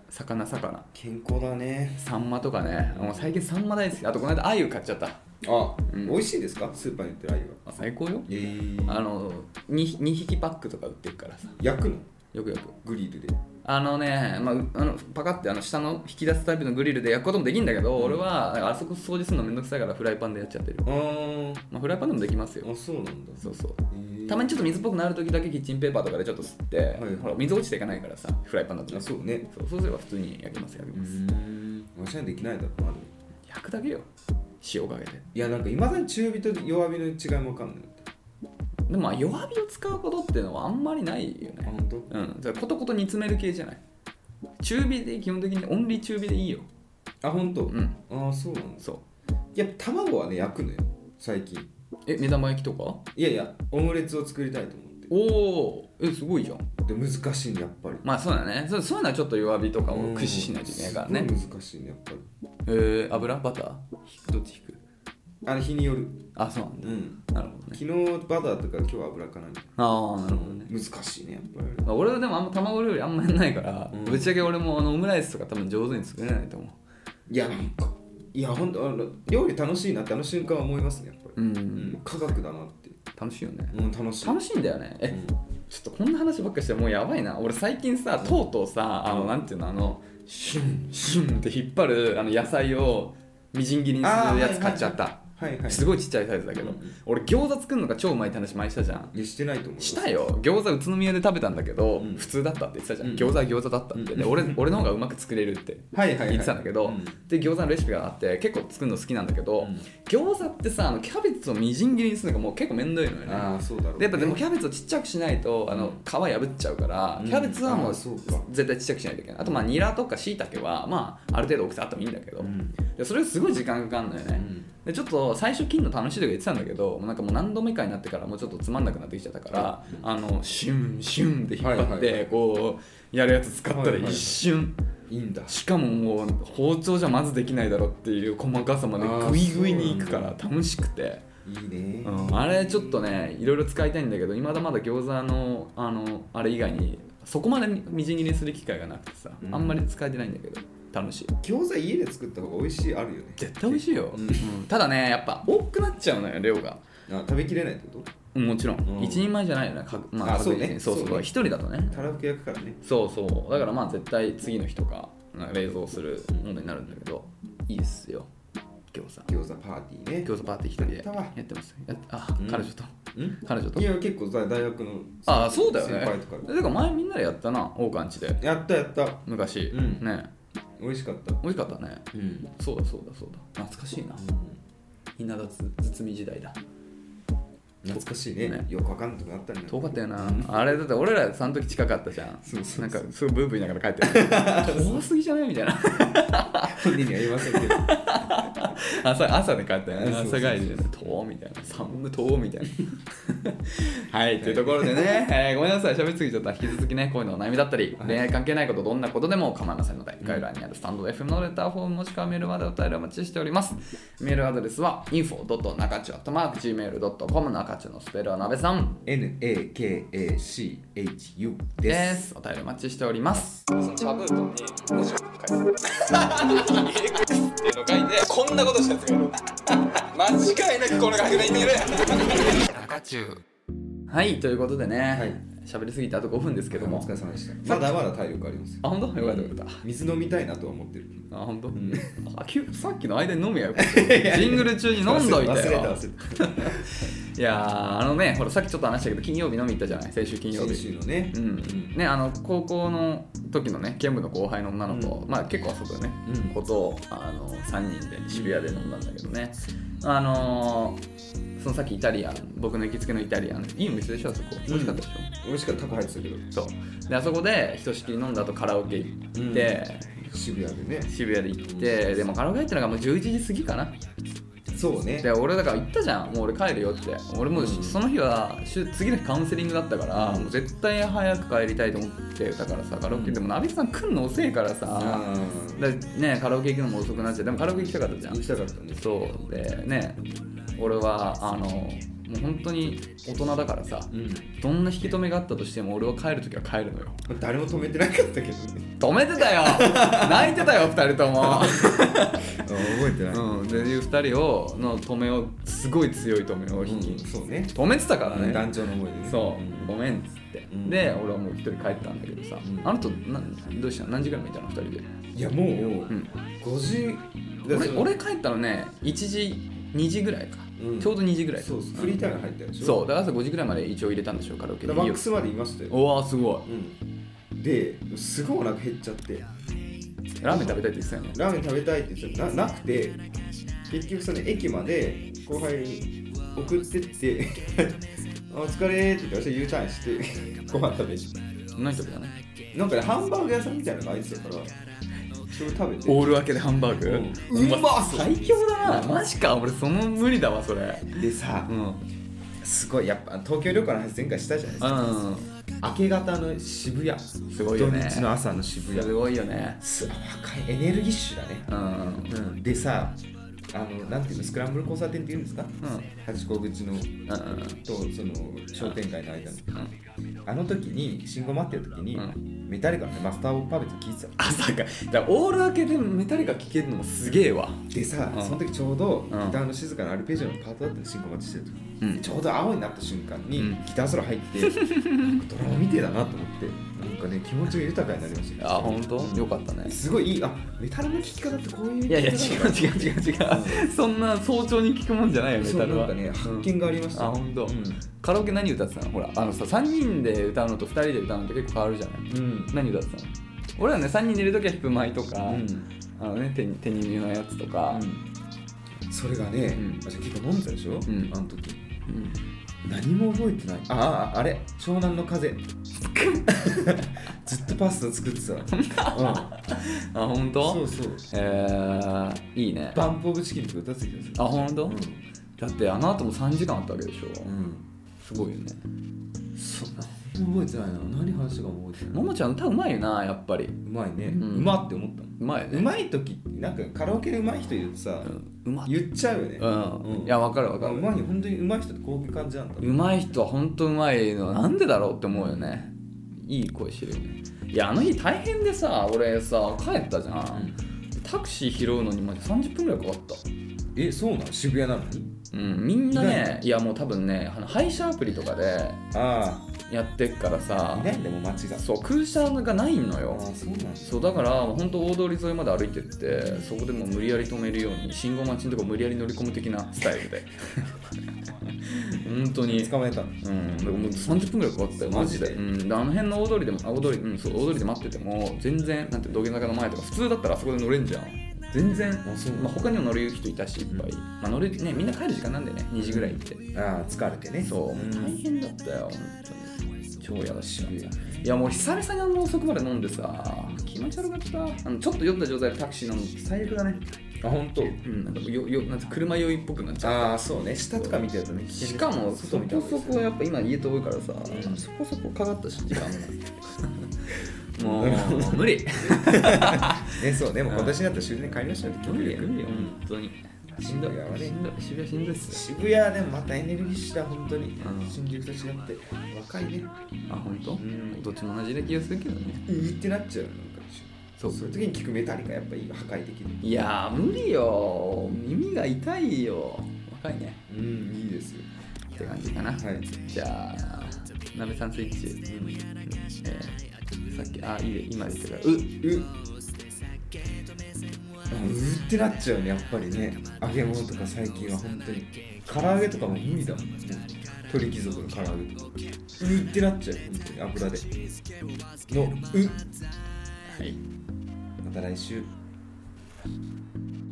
S2: 魚魚
S1: 健康だね。
S2: サンマとかね、もう最近サンマ大好き。あとこの間鮎買っちゃった。
S1: あ、うん、美味しいですか？スーパーに売ってる鮎は。
S2: あ、最高よ。
S1: えー、
S2: あの 2, にひきパックとか売ってるからさ。
S1: 焼くの？
S2: よくよく
S1: グリルで。あ
S2: のね、まあ、あのパカってあの下の引き出すタイプのグリルで焼くこともできるんだけど、うん、俺はあそこ掃除するのめんどくさいからフライパンでやっちゃってる。あ、まあ、フライパンでもできますよ。
S1: あ、そうなんだ。
S2: そうそう、えー、たまにちょっと水っぽくなる時だけキッチンペーパーとかでちょっと吸って、はいはい、ほら水落ちていかないからさ、フライパンだと。
S1: あ、そうね。
S2: そう、そうすれば普通に焼けます焼けます。うー
S1: ん、わしはできないだろうな。
S2: 焼くだけよ、塩かけて。い
S1: や、なんかいまだに中火と弱火の違いも分かんない。
S2: でもまあ弱火を使うことっていうのはあんまりないよね。
S1: あ、本当？
S2: うん、じゃあコトコト煮詰める系じゃない。中火で基本的にオンリー中火でいいよ。
S1: あ、本当？
S2: うん。
S1: ああ、そうなんだ。
S2: そう。
S1: いや、卵はね焼くのよ最近。
S2: え、目玉焼きとか？
S1: いやいや、オムレツを作りたいと思って。
S2: おお、え、すごいじゃん。
S1: で難しいねやっぱり。
S2: まあそうだね。そう、そういうのはちょっと弱火とかを駆使しないといけないからね。
S1: 難しいねやっぱり。
S2: えー、油バター？どっち引く？
S1: あの日による。
S2: あ、そうなんだ。うん、なるほどね。
S1: 昨日バターとか今日は油かなみたいな。
S2: ああ、なるほどね。
S1: 難しいねやっぱり。
S2: まあ、俺はでもあんま卵料理あんまやんないから、うん、ぶっちゃけ俺もあのオムライスとか多分上手に作れないと思う。
S1: いやなんかいや本当あの料理楽しいなってあの瞬間は思いますねやっぱり。うん、うん、科学だなって。
S2: 楽しいよね。
S1: うん、楽しい。
S2: 楽しいんだよね。え、うん、ちょっとこんな話ばっかしてもうやばいな。俺最近さ、とうとうさ、あのなんていうの、あのシュンシュンって引っ張るあの野菜をみじん切りにするやつ買っちゃった。はいはい、すごいちっちゃいサイズだけど、うんうん、俺餃子作るのが超うまいって話前したじゃん。
S1: いやしてないと思う。
S2: したよ。餃子宇都宮で食べたんだけど、うん、普通だったって言ってたじゃん、うん、餃子は餃子だったって、うん、で 俺, 俺の方がうまく作れるって言ってたんだけど、はいはいはい、で餃子のレシピがあって結構作るの好きなんだけど、うん、餃子ってさあのキャベツをみじん切りにするのがもう結構めんどいのよね。
S1: ああそうだろう、ね、
S2: でやっぱでもキャベツをちっちゃくしないとあの皮破っちゃうから、うん、キャベツはもう絶対ちっちゃくしないといけない。あとまあニラとか椎茸はまあある程度大きさあってもいいんだけど、うん、でそれすごい時間かかるんだよね、うん、でちょっと最初切るの楽しいとか言ってたんだけど、なんかもう何度目かになってからもうちょっとつまんなくなってきちゃったから、うん、あのシュンシュンって引っ張って、はいはいはい、こうやるやつ使ったら一瞬、はいはい、いいんだ。しかももう包丁じゃまずできないだろっていう細かさまでグイグイにいくから楽しくて
S1: いいね、
S2: うん、あれちょっとねいろいろ使いたいんだけど今だまだ餃子のあのあれ以外にそこまでみじん切りにする機会がなくてさ、うん、あんまり使えてないんだけど楽しい。
S1: 餃子家で作った方が美味しいあるよね。
S2: 絶対美味しいよ、うんうん、ただねやっぱ多くなっちゃうのよ量が。
S1: あ食べきれないってこと？
S2: もちろん、うん、一人前じゃないよね。まあ、
S1: あそうね。
S2: そうそう一人だとね
S1: たらふく焼くからね。
S2: そうそうだからまあ絶対次の日とか冷蔵するものになるんだけど、いいっすよ餃子。
S1: 餃子パーティーね。
S2: 餃子パーティー一人でやってますやあ、うん、彼女とん彼女と
S1: いや結構大学の
S2: ああそうだよね。
S1: 先輩とか
S2: だから前みんなでやったな大勘地で。
S1: やったやった
S2: 昔、うん、ね
S1: 美味しかった
S2: 美味しかったね、うん、そうだそうだそうだ懐かしいな、うん、稲田堤時代だ。
S1: 懐かしい ね, ねよくわかんなくなったんだ
S2: 遠かったよなあれだって俺らその時近かったじゃん。そうそうそうなんかすごいブーブー言いながら帰ってる遠すぎじゃないみたいな
S1: 本人には言いませんけど
S2: 朝, 朝で帰ったよね。朝帰りで遠みたいな寒遠みたいなはいというところでね、えー、ごめんなさい喋りすぎちゃった。引き続きねこういうのお悩みだったり、はい、恋愛関係ないことどんなことでも構いませんので、概要欄にあるスタンド エフエム のレターフォームもしくはメールまでお便りお待ちしております。メールアドレスは インフォ ドット ナカチュ アットマーク ジーメール ドット コム ナカチュのスペルはなべさん
S1: エヌ エー ケー エー シー エイチ ユー です。
S2: ですお便りお待ちしております。その茶封筒に文字を書いてっていうの書いてこんなことしたやつがいる間違いなくこれが白年にいる中中はいということでね喋、はい、りすぎてあとごふんですけども、
S1: お疲れ様でした。まだまだ体力ありますよ。
S2: あ本当よかったよかった。
S1: 水飲みたいなとは思ってる。
S2: あ本当、うん、あさっきの間に飲めやよジングル中に飲んどいたよ忘れた忘れたいやあのねほらさっきちょっと話したけど金曜日飲み行ったじゃない。先週金曜日。
S1: 先週のね、
S2: うん、ねあの高校の時のね兼務の後輩の女の子、うん、まあ結構遊ぶね、うん、ことをあのさんにんで渋谷で飲んだんだけどね、あのー、そのさっきイタリアン僕の行きつけのイタリアンいいお店でしょあそこ。美味しかったでしょ、
S1: うん、美味しかった。タコ入ってたけど。
S2: そうであそこでひとしきり飲んだ後カラオケ行って、
S1: うん、渋谷でね
S2: 渋谷で行って、うん、でもカラオケ入ったのがもうじゅういちじ過ぎかな。
S1: そうね。
S2: で俺だから言ったじゃんもう俺帰るよって。俺もうその日は次の日カウンセリングだったから、うん、もう絶対早く帰りたいと思ってたからさカラオケ、うん、でもなべさん来るの遅いからさ、うん、でねカラオケ行くのも遅くなっちゃう。でもカラオケ行きたかったじゃん。
S1: 行きたかったね。
S2: そうでね俺はあのもう本当に大人だからさ、うん、どんな引き止めがあったとしても俺は帰るときは帰るのよ。
S1: 誰も止めてなかったけどね。
S2: 止めてたよ泣いてたよふたりとも
S1: 覚えてない、
S2: うん、でいうふたりをの止めをすごい強い止めを引き、うん、
S1: そうね、
S2: 止めてたからね、
S1: 団長の思いでね、
S2: そう、うん、ごめんっつって、うん、で俺はもう一人帰ったんだけどさ、うん、あの人などうしたの、何時ぐらい見たのふたりで。
S1: いやもう、うん、ごじ
S2: 俺, 俺帰ったのねいちじにじぐらいか、うん、ちょうどにじぐらい。
S1: そうフリータイム入ったでしょ。
S2: そうだから朝ごじぐらいまで一応入れたんでしょカラオケで。
S1: マックスまでいましたよ。
S2: おわすごい、
S1: うん、ですごいお腹減っちゃって、
S2: ラーメン食べたいって言ってたよね。
S1: ラーメン食べたいって言ってた な, なくて結局その駅まで後輩に送ってってお疲れって言って私 U ターンしてご飯食べて。
S2: 何食べたの？
S1: なんかねハンバーグ屋さんみたいなのが開いてたからそれ食べて。
S2: オール分けでハンバーグ、
S1: うん、うまっ
S2: 最強だな。マジか俺その無理だわそれ
S1: でさ、うん、すごいやっぱ東京旅行の話前回したじゃないですか、うん、明け方の渋谷
S2: すごいよね。
S1: 土日の朝の渋谷
S2: すごいよね。
S1: す若いエネルギッシュだね、うんうん、でさあのなんていうのスクランブル交差点っていうんですか、うん、ハチ公口の、うん、とその商店街の間の、うん、あの時に信号待ってる時に、うん、メタリカの、ね、マスターオブパペット聞いてた。
S2: あさかだからオール明けでメタリカ聴けるのもすげえわ。
S1: でさ、うん、その時ちょうどギターの静かなアルペジオのパートだったの信号待ちしてる時、うん、ちょうど青になった瞬間に、うん、ギターソロ入ってドラマみてえだなと思ってなんかね気持ちが豊かになりました。
S2: あ本当、うん、よかったね。
S1: すごいいい。あメタルの聴き方ってこういう。
S2: いやいや違う違う違う違う、うん、そんな早朝に聴くもんじゃないよメタルは。
S1: そうなんかね発見がありました、
S2: うん、あ本当、うん、カラオケ何歌ってたの？ほらあのささんにんで歌うのとふたりで歌うのって結構変わるじゃない、うん、何歌ってたの？俺らねさんにんでいる時はヒップマイとか、うん、あのね手に手に入れのやつとか、
S1: うん、それがね、うん、結構飲んでたでしょ、うん、あの時、うん、何も覚えてない。あああれ湘南の風ずっとパスタ作ってた、うん、あ
S2: 本当？
S1: そうそう。
S2: えー、いいね。
S1: バンプオブチキンとか歌ってた気がする。
S2: あ本当？うん、だってあの後もさんじかんあったわけでしょ、うん、すごいよね。
S1: そ覚えてないな。何話したかも覚えてない。
S2: ももちゃん歌うまいなやっぱり。う
S1: まいね、うん、うまって思ったの。
S2: うまいね。
S1: うまい時なんかカラオケでうまい人いるとさ、うん、う言っちゃうよね。
S2: うん、うん、いや分かる分かる。
S1: うまい本当にうまい人ってこういう感じなんだ。
S2: うまい人は本当うまいのなんでだろうって思うよね。いい声してるよね。いやあの日大変でさ俺さ帰ったじゃん、うん、タクシー拾うのにまでさんじゅっぷんぐらいかかった。
S1: えそうなの？渋谷なのに？
S2: うんみんなねいやもう多分ねあの配車アプリとかでやってっからさ
S1: いないんだもん街が。
S2: そう空車がないのよ。
S1: あそうなんだ。
S2: そうだから本当大通り沿いまで歩いてってそこでも無理やり止めるように信号待ちのとこ無理やり乗り込む的なスタイルで本当に
S1: 捕まえたの。
S2: うんだからもうさんじゅっぷんぐらいかかったよマジで。うん、であの辺の大通りでもあ大通りうんそう大通りで待ってても全然なんて土下座の前とか普通だったらあそこで乗れんじゃん。全然、まあ、他にも乗る人いたしいっぱい、うんまあ、乗るねみんな帰る時間なんでねにじぐらい行って、
S1: ああ疲れてね。
S2: そう、うん、大変だったよ本当に超やだし。いやもう久々にあの遅くまで飲んでさ気持ち悪かった。あのちょっと酔った状態でタクシー乗るの最悪だね。
S1: あ本当。
S2: うんなんかよよなんて車酔いっぽくなっちゃう。
S1: ああそうね下とか見てるとね。
S2: しかもそこそこやっぱ今家遠いからさ、うん、そこそこかかったし時間ももう無理
S1: ねそうねもう今年だったら終電帰りましょうって
S2: 無理や無理よ本当に。渋谷はね渋谷しんどいっす。
S1: 渋谷でもまたエネルギッシュだ本当に。新宿と違って若いね。
S2: あ本当？うんどっちも同じな気がするけどね。
S1: うーってなっちゃうのかもしれない。
S2: そう
S1: そういう時に聞くメタリカやっぱり破壊的に。
S2: いやー無理よ耳が痛いよ。若いね。
S1: うんいいですよ
S2: って感じかな。はいじゃあなべさんスイッチ、うんえー、さっきあいいで今言ってからうう
S1: うってなっちゃうねやっぱりね。揚げ物とか最近は本当に唐揚げとかも無理だもんね。鳥貴族の唐揚げとかうってなっちゃう本当に油でのうはいまた来週。